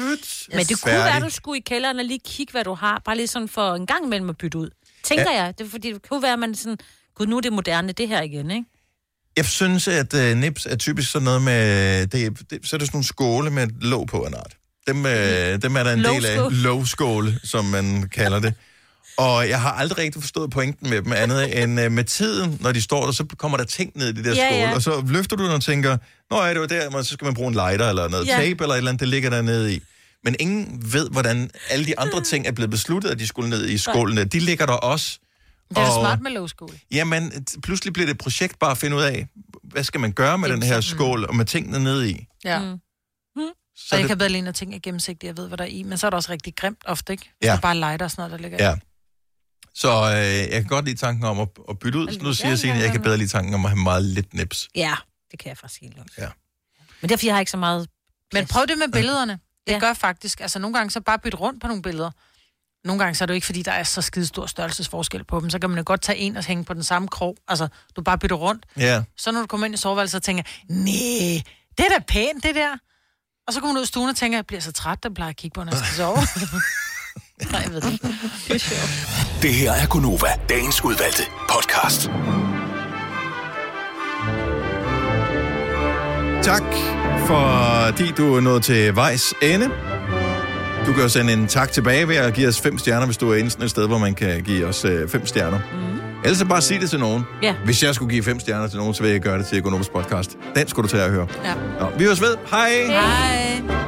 Men det kunne være, du skulle i kælderen og lige kigge, hvad du har. Bare lige sådan for en gang imellem at bytte ud. Tænker ja. jeg. Det er fordi, det kunne være, at man sådan... Gud, nu er det moderne, det her igen, ikke? Jeg synes, at øh, nips er typisk sådan noget med... Det, det, så er det sådan nogle skåle med et låg på en art. Dem, øh, dem er der en del af. Lågskål. Lågskåle, som man kalder det. Og jeg har aldrig rigtig forstået pointen med dem andet end øh, med tiden, når de står der, så kommer der ting ned i de der Ja, skåle, ja. og så løfter du den og tænker, nå ja, det var der, men så skal man bruge en lighter eller noget Ja. tape eller et eller andet, det ligger der nede i. Men ingen ved, hvordan alle de andre ting er blevet besluttet, at de skulle ned i skålen der. De ligger der også. Det er da Og- smart med lågskål. Jamen, t- pludselig bliver det et projekt bare at finde ud af, hvad skal man gøre med den her skål og med tingene nede i. Ja. Mm. Mm. Så Så jeg det, kan bedre lide, når ting er gennemsigtige, jeg ved, hvad der er i, men så er det også rigtig grimt ofte, ikke? Hvis Ja. ja. der bare lighter og sådan noget, der ligger i. ja. Så øh, jeg kan godt lide tanken om at, at bytte ud. Så nu siger Ja, jeg, Signe, ja, at jeg ja, kan ja. bedre lide tanken om at have meget lidt nips. Ja, det kan jeg faktisk helt også. Ja. Men derfor jeg har ikke så meget... Men prøv det med billederne. Det Ja. gør faktisk, altså nogle gange så bare bytte rundt på nogle billeder. Nogle gange så er det jo ikke, fordi der er så skide stor størrelsesforskel på dem. Så kan man jo godt tage en og hænge på den samme krog. Altså, du bare bytter rundt. Ja. Så når du kommer ind i soveværelset og tænker, nej, det er da pænt, det der. Og så kommer du ud i stuen og tænker, jeg bliver så træt, der plejer at kigge på, når jeg skal sove. Nej, jeg ved det. Det er sjovt. Det her er Gonova, dagens udvalgte podcast. Tak, fordi du er nået til vejs ende. Du kan jo sende en tak tilbage ved at give os fem stjerner, hvis du er inde sådan et sted, hvor man kan give os øh, fem stjerner. Mm. Ellers så bare sig det til nogen. Ja. Hvis jeg skulle give fem stjerner til nogen, så vil jeg gøre det til Økonomisk Podcast. Den skulle du tage at høre. Ja. Nå, vi høres ved. Hej! Hej.